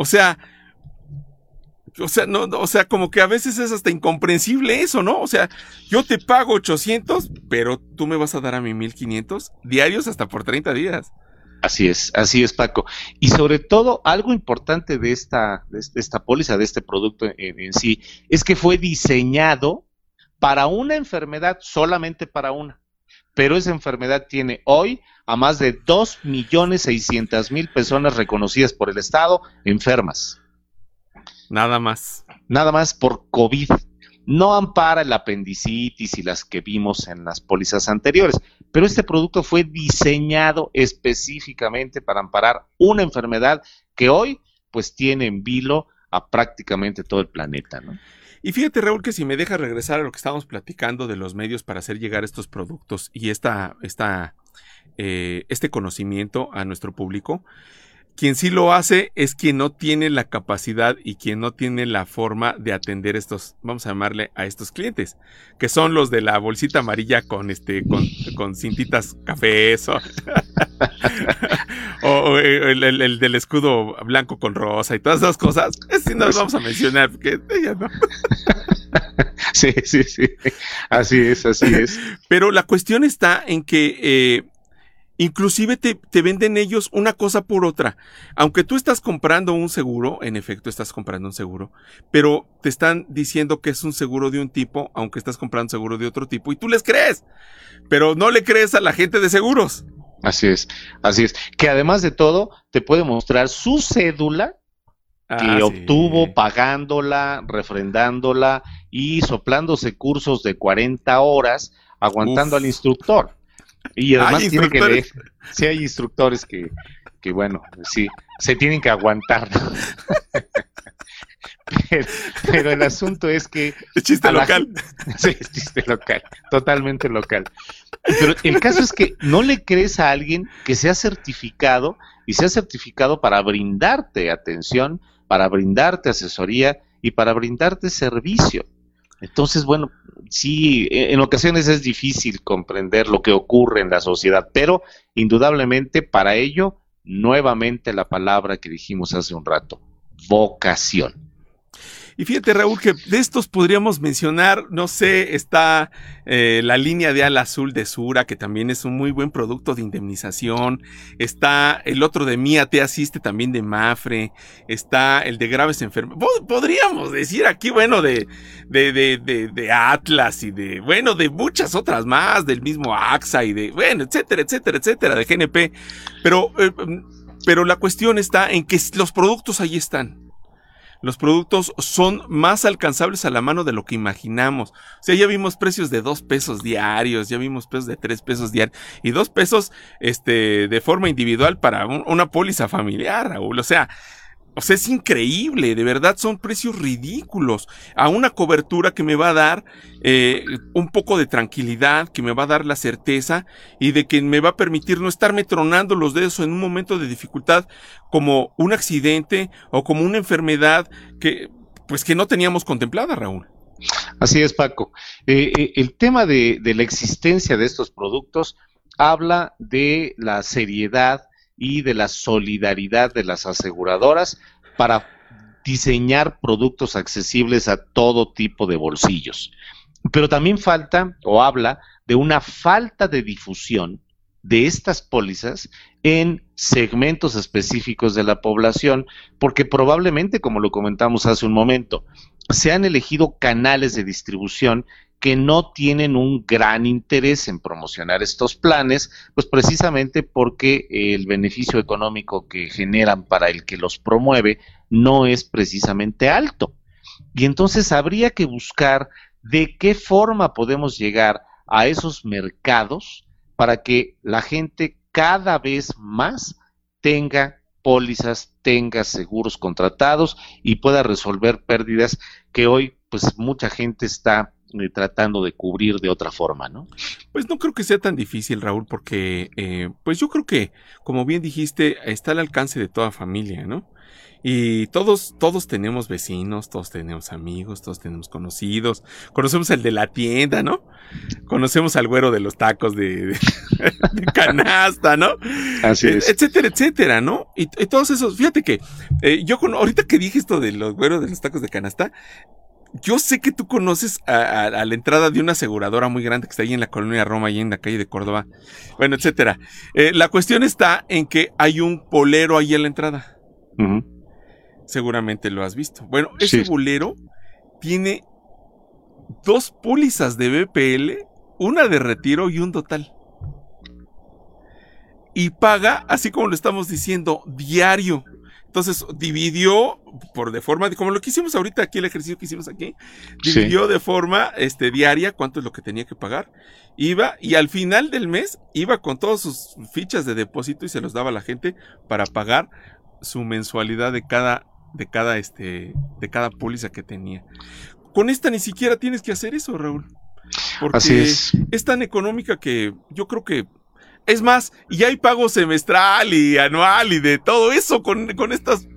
O sea, como que a veces es hasta incomprensible eso, ¿no? O sea, yo te pago 800, pero tú me vas a dar a mí 1500 diarios hasta por 30 días. Así es, Paco. Y sobre todo, algo importante de esta póliza, de este producto en sí, es que fue diseñado para una enfermedad, solamente para una. Pero esa enfermedad tiene hoy a más de 2.600.000 personas reconocidas por el Estado enfermas. Nada más por COVID. No ampara el apendicitis y las que vimos en las pólizas anteriores, pero este producto fue diseñado específicamente para amparar una enfermedad que hoy pues tiene en vilo a prácticamente todo el planeta, ¿no? Y fíjate, Raúl, que si me dejas regresar a lo que estábamos platicando de los medios para hacer llegar estos productos y este conocimiento a nuestro público, quien sí lo hace es quien no tiene la capacidad y quien no tiene la forma de atender estos, vamos a llamarle a estos clientes, que son los de la bolsita amarilla con cintitas cafés o el del escudo blanco con rosa y todas esas cosas. Sí no los vamos a mencionar porque ella no. Sí. Así es. Pero la cuestión está en que inclusive te venden ellos una cosa por otra. Aunque tú estás comprando un seguro, en efecto estás comprando un seguro, pero te están diciendo que es un seguro de un tipo, aunque estás comprando un seguro de otro tipo, y tú les crees, pero no le crees a la gente de seguros. Así es. Que además de todo, te puede mostrar su cédula que obtuvo pagándola, refrendándola y soplándose cursos de 40 horas, aguantando al instructor. Y además tiene que leer. Sí, hay instructores que bueno, sí, se tienen que aguantar. pero el asunto es que... Es chiste local. Sí, es chiste local, totalmente local. Pero el caso es que no le crees a alguien que sea certificado y sea certificado para brindarte atención, para brindarte asesoría y para brindarte servicio. Entonces, bueno, sí, en ocasiones es difícil comprender lo que ocurre en la sociedad, pero indudablemente para ello, nuevamente la palabra que dijimos hace un rato, vocación. Y fíjate, Raúl, que de estos podríamos mencionar, no sé, está la línea de ala azul de Sura, que también es un muy buen producto de indemnización. Está el otro de Mía Te Asiste, también de Mapfre. Está el de graves enfermedades. Podríamos decir aquí, bueno, de Atlas y de muchas otras más, del mismo AXA y etcétera, de GNP. Pero la cuestión está en que los productos ahí están. Los productos son más alcanzables a la mano de lo que imaginamos. O sea, ya vimos precios de 2 pesos diarios, ya vimos precios de 3 pesos diarios y 2 pesos de forma individual para una póliza familiar, Raúl. O sea, es increíble, de verdad son precios ridículos a una cobertura que me va a dar un poco de tranquilidad, que me va a dar la certeza y de que me va a permitir no estarme tronando los dedos en un momento de dificultad como un accidente o como una enfermedad que no teníamos contemplada, Raúl. Así es, Paco. El tema de la existencia de estos productos habla de la seriedad y de la solidaridad de las aseguradoras para diseñar productos accesibles a todo tipo de bolsillos. Pero también falta o habla de una falta de difusión de estas pólizas en segmentos específicos de la población, porque probablemente, como lo comentamos hace un momento, se han elegido canales de distribución que no tienen un gran interés en promocionar estos planes, pues precisamente porque el beneficio económico que generan para el que los promueve no es precisamente alto. Y entonces habría que buscar de qué forma podemos llegar a esos mercados para que la gente cada vez más tenga pólizas, tenga seguros contratados y pueda resolver pérdidas que hoy pues mucha gente está tratando de cubrir de otra forma, ¿no? Pues no creo que sea tan difícil, Raúl, porque pues yo creo que, como bien dijiste, está al alcance de toda familia, ¿no? Y todos tenemos vecinos, todos tenemos amigos, todos tenemos conocidos, conocemos al de la tienda, ¿no? Conocemos al güero de los tacos de canasta, ¿no? Así es. Etcétera, etcétera, ¿no? Y todos esos, fíjate que ahorita que dije esto de los güeros de los tacos de canasta, yo sé que tú conoces a la entrada de una aseguradora muy grande que está ahí en la colonia Roma, ahí en la calle de Córdoba, bueno, etcétera. La cuestión está en que hay un bolero ahí en la entrada. Uh-huh. Seguramente lo has visto. Bueno, ese bolero tiene 2 pólizas de BPL, una de retiro y un total. Y paga, así como lo estamos diciendo, diario. Entonces dividió de forma, como lo que hicimos ahorita aquí, el ejercicio que hicimos aquí, dividió de forma diaria cuánto es lo que tenía que pagar. Iba y al final del mes iba con todas sus fichas de depósito y se los daba a la gente para pagar su mensualidad de cada póliza que tenía. Con esta ni siquiera tienes que hacer eso, Raúl. Porque así es tan económica que yo creo que es más, y hay pago semestral y anual y de todo eso con estas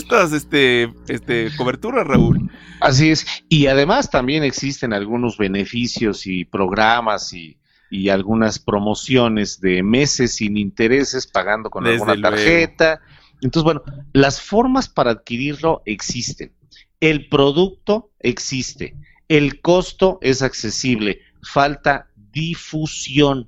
coberturas, Raúl. Así es, y además también existen algunos beneficios y programas y algunas promociones de meses sin intereses pagando con alguna tarjeta. Entonces, bueno, las formas para adquirirlo existen. El producto existe. El costo es accesible. Falta difusión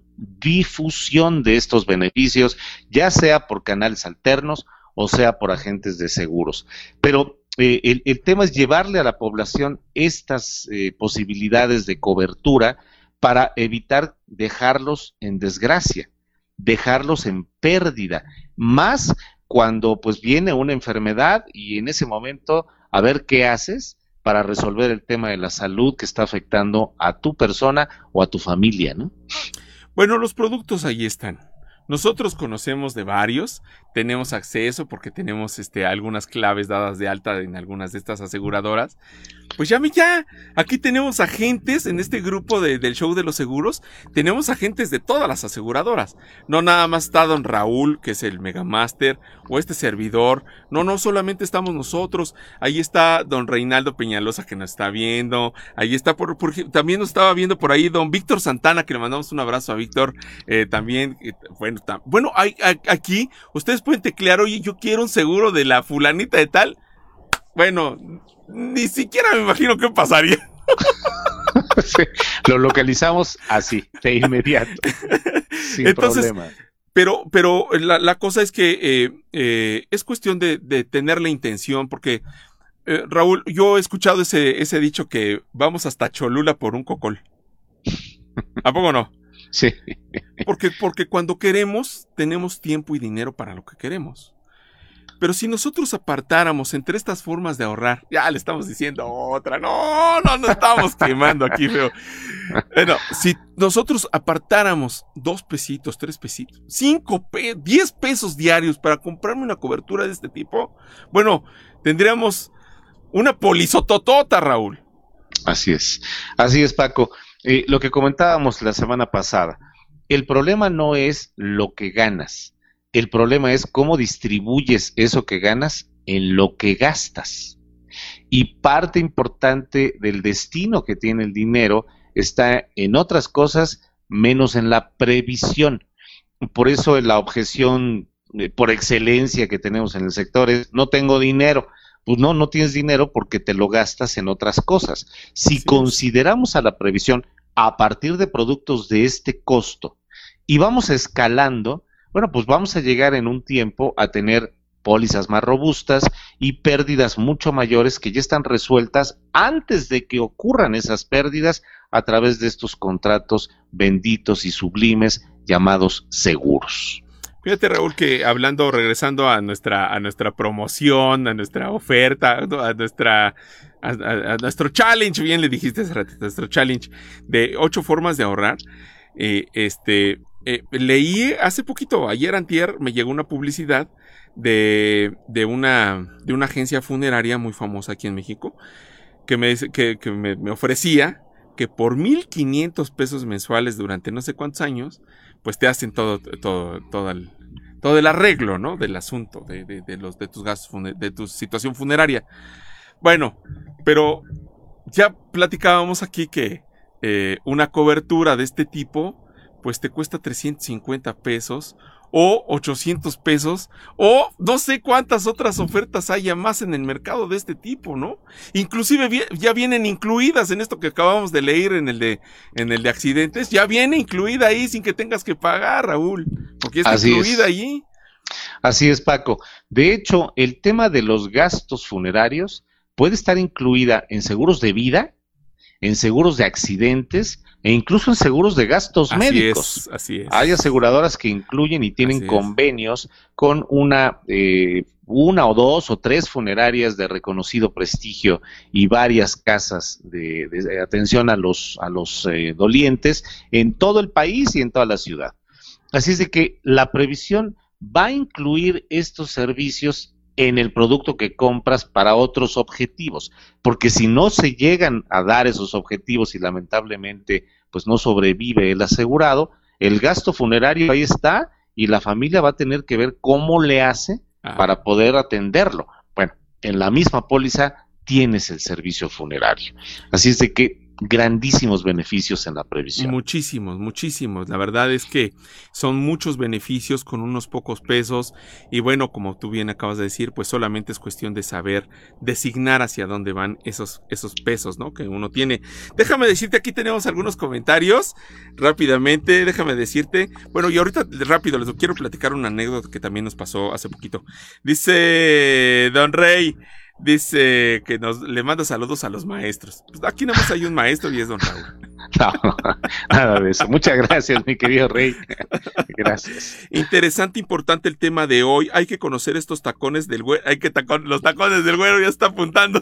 de estos beneficios, ya sea por canales alternos o sea por agentes de seguros. Pero el tema es llevarle a la población estas posibilidades de cobertura para evitar dejarlos en desgracia, dejarlos en pérdida, más cuando pues viene una enfermedad y en ese momento a ver qué haces para resolver el tema de la salud que está afectando a tu persona o a tu familia, ¿no? Bueno, los productos ahí están. Nosotros conocemos de varios, tenemos acceso porque tenemos algunas claves dadas de alta en algunas de estas aseguradoras. Pues llame ya, aquí tenemos agentes en este grupo del show de los seguros, tenemos agentes de todas las aseguradoras. No nada más está don Raúl, que es el Megamaster, o este servidor. No solamente estamos nosotros, ahí está don Reinaldo Peñalosa que nos está viendo, ahí está también nos estaba viendo por ahí don Víctor Santana, que le mandamos un abrazo a Víctor, también, bueno, aquí ustedes pueden teclear, oye, yo quiero un seguro de la fulanita de tal. Bueno, ni siquiera me imagino qué pasaría. Sí, lo localizamos así, de inmediato, sin problema. Pero la cosa es que es cuestión de tener la intención, porque Raúl, yo he escuchado ese dicho que vamos hasta Cholula por un cocol. ¿A poco no? Sí. Porque cuando queremos, tenemos tiempo y dinero para lo que queremos. Pero si nosotros apartáramos entre estas formas de ahorrar, ya le estamos diciendo otra, no estamos quemando aquí, feo. Bueno, si nosotros apartáramos 2 pesitos, 3 pesitos, 10 pesos diarios para comprarme una cobertura de este tipo, bueno, tendríamos una polizototota, Raúl. Así es, Paco. Lo que comentábamos la semana pasada, el problema no es lo que ganas, el problema es cómo distribuyes eso que ganas en lo que gastas. Y parte importante del destino que tiene el dinero está en otras cosas menos en la previsión. Por eso la objeción por excelencia que tenemos en el sector es: no tengo dinero. pues no tienes dinero porque te lo gastas en otras cosas. Si Así consideramos a la previsión a partir de productos de este costo y vamos escalando, bueno, pues vamos a llegar en un tiempo a tener pólizas más robustas y pérdidas mucho mayores que ya están resueltas antes de que ocurran esas pérdidas a través de estos contratos benditos y sublimes llamados seguros. Fíjate, Raúl, que regresando a nuestra promoción, a nuestra oferta, ¿no? a nuestro challenge, bien le dijiste hace ratito, nuestro challenge de 8 formas de ahorrar. Leí hace poquito, ayer antier, me llegó una publicidad de una agencia funeraria muy famosa aquí en México, que me ofrecía que por 1,500 pesos mensuales durante no sé cuántos años, pues te hacen todo el arreglo, ¿no? Del asunto, de tus gastos, de tu situación funeraria. Bueno, pero ya platicábamos aquí que una cobertura de este tipo, pues te cuesta 350 pesos o 800 pesos o no sé cuántas otras ofertas haya más en el mercado de este tipo, ¿no? Inclusive ya vienen incluidas en esto que acabamos de leer en el de accidentes, ya viene incluida ahí sin que tengas que pagar, Raúl, porque está incluida allí. Así es, Paco. De hecho, el tema de los gastos funerarios puede estar incluida en seguros de vida, en seguros de accidentes e incluso en seguros de gastos médicos. Así es. Hay aseguradoras que incluyen y tienen convenios con una o dos o tres funerarias de reconocido prestigio y varias casas de atención a los dolientes en todo el país y en toda la ciudad. Así es de que la previsión va a incluir estos servicios en el producto que compras para otros objetivos, porque si no se llegan a dar esos objetivos y lamentablemente pues no sobrevive el asegurado, el gasto funerario ahí está y la familia va a tener que ver cómo le hace para poder atenderlo. Bueno, en la misma póliza tienes el servicio funerario, así es de que grandísimos beneficios en la previsión. Muchísimos. La verdad es que son muchos beneficios con unos pocos pesos y bueno, como tú bien acabas de decir, pues solamente es cuestión de saber designar hacia dónde van esos pesos, ¿no? Que uno tiene. Déjame decirte, aquí tenemos algunos comentarios rápidamente, déjame decirte. Bueno, y ahorita rápido les quiero platicar una anécdota que también nos pasó hace poquito. Dice Don Rey, dice que le manda saludos a los maestros. Pues aquí nada más hay un maestro y es Don Raúl. No, nada de eso. Muchas gracias, mi querido Rey. Gracias. Interesante, importante el tema de hoy. Hay que conocer estos tacones del güero. Los tacones del güero ya está apuntando.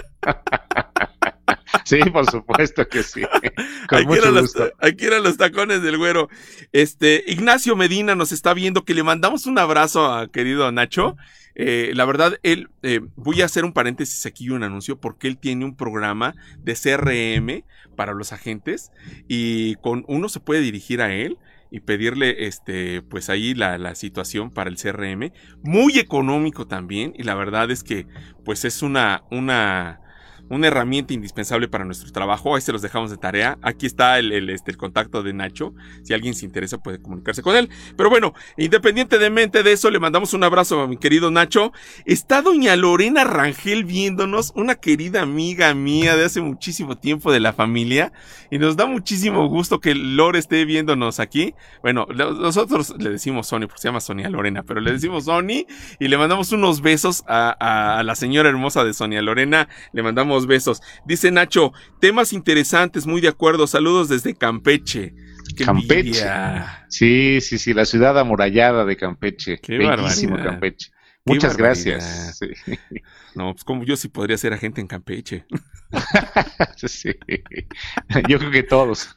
Sí, por supuesto que sí. Con mucho gusto. Aquí eran los tacones del güero. Ignacio Medina nos está viendo, que le mandamos un abrazo a querido Nacho. La verdad, voy a hacer un paréntesis aquí y un anuncio, porque él tiene un programa de CRM para los agentes y uno se puede dirigir a él y pedirle pues ahí la situación para el CRM, muy económico también, y la verdad es que pues es una herramienta indispensable para nuestro trabajo. Ahí se los dejamos de tarea. Aquí está el contacto de Nacho. Si alguien se interesa puede comunicarse con él. Pero bueno, independientemente de eso, le mandamos un abrazo a mi querido Nacho. Está doña Lorena Rangel viéndonos, una querida amiga mía de hace muchísimo tiempo de la familia. Y nos da muchísimo gusto que Lore esté viéndonos aquí. Bueno, nosotros le decimos Sony porque se llama Sonia Lorena, pero le decimos Sony y le mandamos unos besos a la señora hermosa de Sonia Lorena. Le mandamos besos. Dice Nacho, temas interesantes, muy de acuerdo. Saludos desde Campeche. ¡Qué Campeche! Envidia. Sí, la ciudad amurallada de Campeche. ¡Qué bellísimo barbaridad! Campeche. Muchas gracias. Sí. No, pues como yo sí podría ser agente en Campeche. Sí. Yo creo que todos.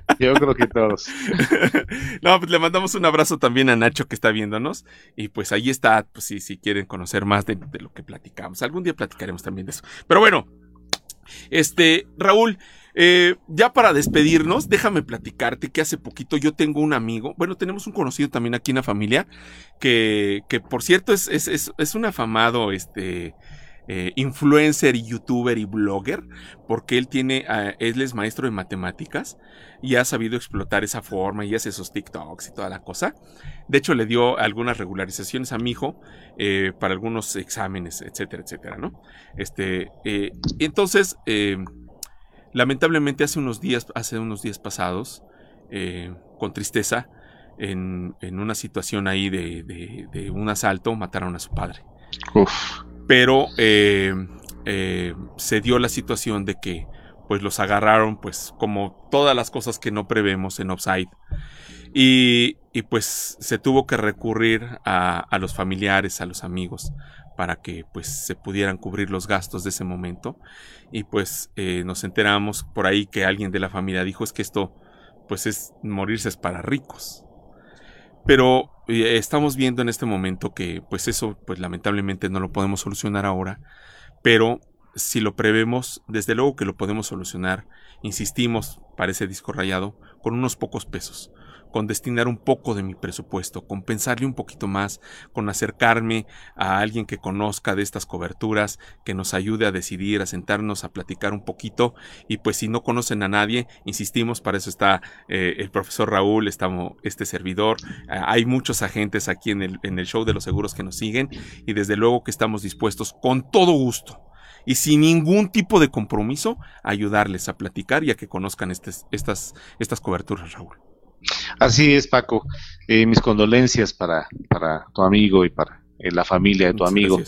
No, pues le mandamos un abrazo también a Nacho que está viéndonos. Y pues ahí está, pues si quieren conocer más de lo que platicamos. Algún día platicaremos también de eso. Pero bueno, Raúl, ya para despedirnos, déjame platicarte que hace poquito yo tengo un amigo, bueno, tenemos un conocido también aquí en la familia, que por cierto es un afamado, influencer y youtuber y blogger, porque él es maestro de matemáticas y ha sabido explotar esa forma y hace esos TikToks y toda la cosa. De hecho, le dio algunas regularizaciones a mi hijo para algunos exámenes, etcétera, etcétera, ¿no? Entonces, lamentablemente hace unos días pasados, con tristeza, en una situación ahí de un asalto, mataron a su padre. Uf. Pero se dio la situación de que pues los agarraron, pues como todas las cosas que no prevemos, en offside. Y pues se tuvo que recurrir a los familiares, a los amigos, para que pues se pudieran cubrir los gastos de ese momento. Y pues nos enteramos por ahí que alguien de la familia dijo, es que esto pues morirse es para ricos. Pero estamos viendo en este momento que pues eso pues lamentablemente no lo podemos solucionar ahora, pero si lo prevemos, desde luego que lo podemos solucionar, insistimos, parece disco rayado, con unos pocos pesos, con destinar un poco de mi presupuesto, con pensarle un poquito más, con acercarme a alguien que conozca de estas coberturas, que nos ayude a decidir, a sentarnos, a platicar un poquito. Y pues si no conocen a nadie, insistimos, para eso está el profesor Raúl, estamos este servidor, hay muchos agentes aquí en el show de los seguros que nos siguen, y desde luego que estamos dispuestos con todo gusto y sin ningún tipo de compromiso a ayudarles a platicar y a que conozcan estas coberturas, Raúl. Así es, Paco. Mis condolencias para tu amigo y para la familia de tu amigo.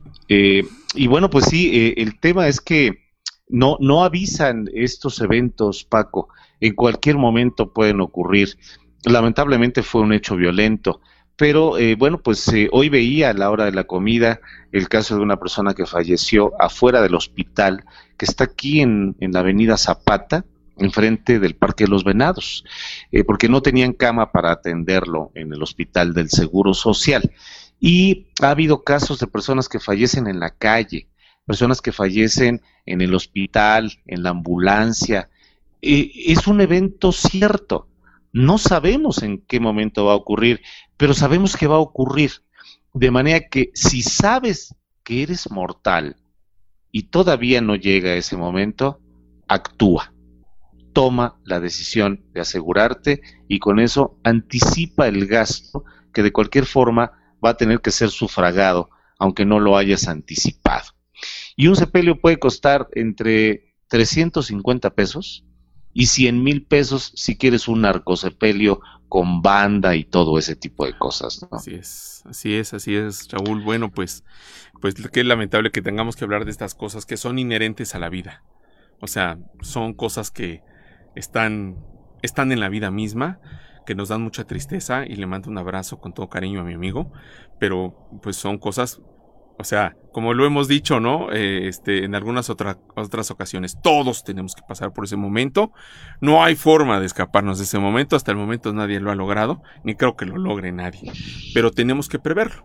Y bueno, pues sí, el tema es que no avisan estos eventos, Paco. En cualquier momento pueden ocurrir. Lamentablemente fue un hecho violento. Pero bueno, pues hoy veía a la hora de la comida el caso de una persona que falleció afuera del hospital, que está aquí en la avenida Zapata, enfrente del Parque de los Venados, porque no tenían cama para atenderlo en el hospital del Seguro Social. Y ha habido casos de personas que fallecen en la calle, personas que fallecen en el hospital, en la ambulancia. Es un evento cierto. No sabemos en qué momento va a ocurrir, pero sabemos que va a ocurrir. De manera que si sabes que eres mortal y todavía no llega ese momento, actúa. Toma la decisión de asegurarte y con eso anticipa el gasto que de cualquier forma va a tener que ser sufragado, aunque no lo hayas anticipado. Y un sepelio puede costar entre 350 pesos y 100,000 pesos si quieres un narcosepelio con banda y todo ese tipo de cosas, ¿no? Así es, Raúl. Bueno, pues qué lamentable que tengamos que hablar de estas cosas que son inherentes a la vida. O sea, son cosas que están en la vida misma, que nos dan mucha tristeza, y le mando un abrazo con todo cariño a mi amigo, pero pues son cosas, o sea, como lo hemos dicho, ¿no? En algunas otras ocasiones, todos tenemos que pasar por ese momento. No hay forma de escaparnos de ese momento. Hasta el momento nadie lo ha logrado, ni creo que lo logre nadie. Pero tenemos que preverlo.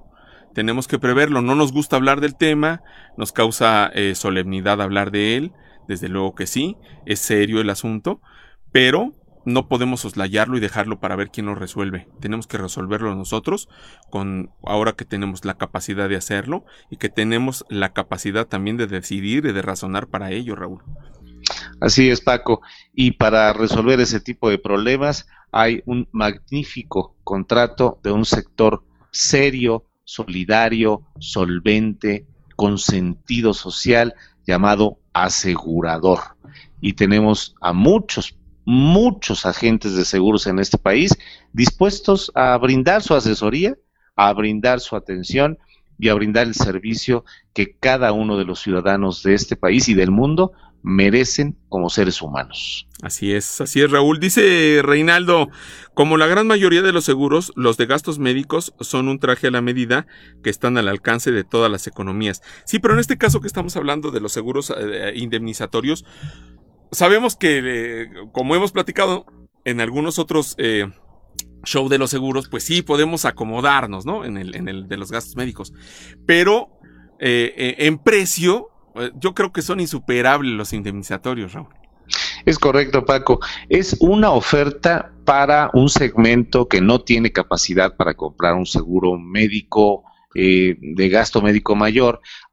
No nos gusta hablar del tema, nos causa solemnidad hablar de él. Desde luego que sí, es serio el asunto, pero no podemos soslayarlo y dejarlo para ver quién lo resuelve. Tenemos que resolverlo nosotros, ahora que tenemos la capacidad de hacerlo y que tenemos la capacidad también de decidir y de razonar para ello, Raúl. Así es, Paco. Y para resolver ese tipo de problemas hay un magnífico contrato de un sector serio, solidario, solvente, con sentido social, llamado asegurador. Y tenemos a muchos agentes de seguros en este país dispuestos a brindar su asesoría, a brindar su atención y a brindar el servicio que cada uno de los ciudadanos de este país y del mundo merecen como seres humanos. Así es, Raúl. Dice Reinaldo, como la gran mayoría de los seguros, los de gastos médicos son un traje a la medida que están al alcance de todas las economías. Sí, pero en este caso que estamos hablando de los seguros indemnizatorios, sabemos que, como hemos platicado en algunos otros show de los seguros, pues sí podemos acomodarnos, ¿no? En el de los gastos médicos. Pero en precio, yo creo que son insuperables los indemnizatorios, Raúl. Es correcto, Paco. Es una oferta para un segmento que no tiene capacidad para comprar un seguro médico de gasto médico mayor,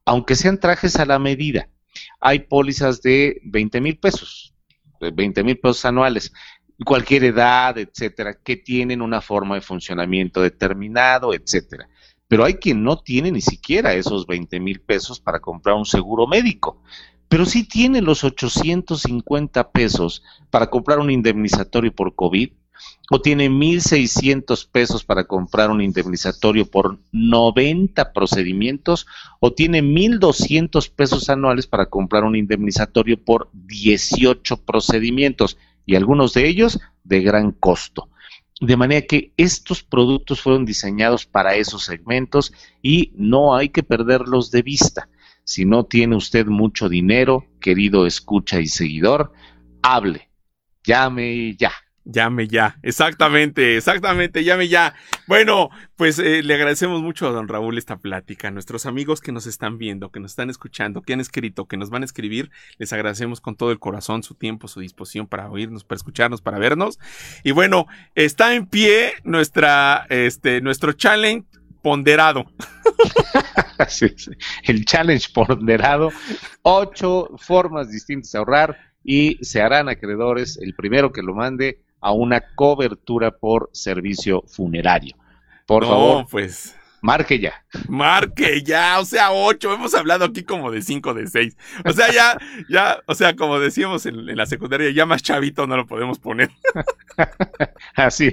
aunque sean trajes a la medida. Hay pólizas de 20,000 pesos, de 20,000 pesos anuales, cualquier edad, etcétera, que tienen una forma de funcionamiento determinado, etcétera. Pero hay quien no tiene ni siquiera esos 20,000 pesos para comprar un seguro médico, pero sí tiene los 850 pesos para comprar un indemnizatorio por COVID, o tiene 1,600 pesos para comprar un indemnizatorio por 90 procedimientos, o tiene 1,200 pesos anuales para comprar un indemnizatorio por 18 procedimientos, y algunos de ellos de gran costo. De manera que estos productos fueron diseñados para esos segmentos y no hay que perderlos de vista. Si no tiene usted mucho dinero, querido escucha y seguidor, hable, llame ya. Llame ya, exactamente, llame ya. Bueno, pues le agradecemos mucho a don Raúl esta plática. A nuestros amigos que nos están viendo, que nos están escuchando, que han escrito, que nos van a escribir, les agradecemos con todo el corazón su tiempo, su disposición para oírnos, para escucharnos, para vernos. Y bueno, está en pie nuestro challenge ponderado. Sí, sí. El challenge ponderado, 8 formas distintas de ahorrar y se harán acreedores el primero que lo mande a una cobertura por servicio funerario. Por favor, pues marque ya. Marque ya, o sea, 8. Hemos hablado aquí como de 5, de 6. O sea, ya, o sea, como decíamos en la secundaria, ya más chavito no lo podemos poner. Así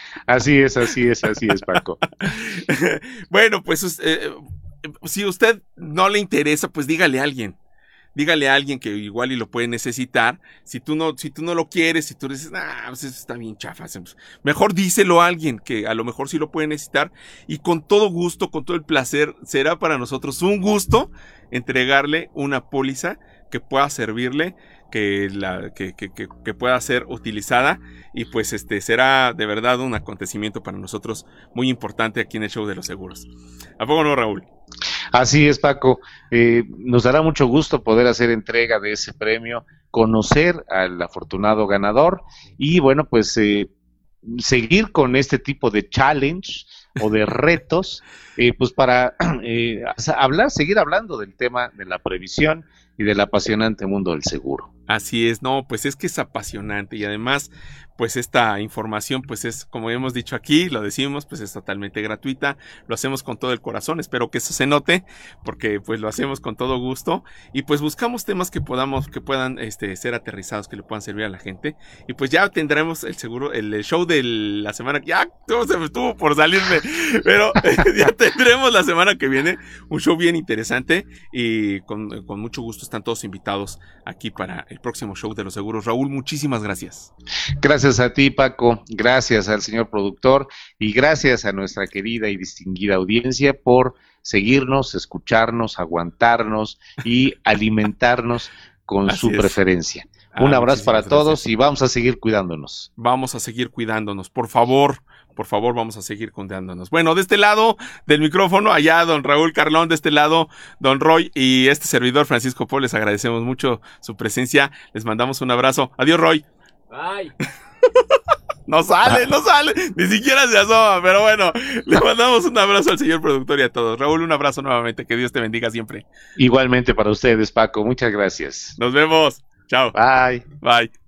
es, Paco. Bueno, pues si a usted no le interesa, pues dígale a alguien. Dígale a alguien que igual y lo puede necesitar. Si tú no lo quieres, si tú dices, pues eso está bien chafa, mejor díselo a alguien que a lo mejor sí lo puede necesitar, y con todo gusto, con todo el placer, será para nosotros un gusto entregarle una póliza que pueda servirle, que pueda ser utilizada, y pues será de verdad un acontecimiento para nosotros muy importante aquí en el Show de los Seguros. ¿A poco no, Raúl? Así es, Paco. Nos dará mucho gusto poder hacer entrega de ese premio, conocer al afortunado ganador y, bueno, pues seguir con este tipo de challenge o de retos, pues para seguir hablando del tema de la previsión y del apasionante mundo del seguro. Así es, no, pues es que es apasionante, y además, pues esta información, pues es, como hemos dicho aquí, lo decimos, pues es totalmente gratuita, lo hacemos con todo el corazón, espero que eso se note, porque pues lo hacemos con todo gusto, y pues buscamos temas que puedan ser aterrizados, que le puedan servir a la gente, y pues ya tendremos el show de la semana, ya todo se me estuvo por salirme, pero ya tendremos la semana que viene un show bien interesante, y con mucho gusto están todos invitados aquí para el próximo Show de los Seguros. Raúl, muchísimas gracias. Gracias a ti, Paco, gracias al señor productor y gracias a nuestra querida y distinguida audiencia por seguirnos, escucharnos, aguantarnos y alimentarnos con su preferencia. Un abrazo para todos y vamos a seguir cuidándonos. Vamos a seguir cuidándonos, por favor, vamos a seguir cuidándonos. Bueno, de este lado del micrófono, allá don Raúl Carlón, de este lado don Roy y este servidor Francisco Paul, les agradecemos mucho su presencia, les mandamos un abrazo. Adiós, Roy. Bye. No sale, ni siquiera se asoma, pero bueno, le mandamos un abrazo al señor productor y a todos. Raúl, un abrazo nuevamente, que Dios te bendiga siempre. Igualmente para ustedes, Paco, muchas gracias. Nos vemos. Chao. Bye. Bye.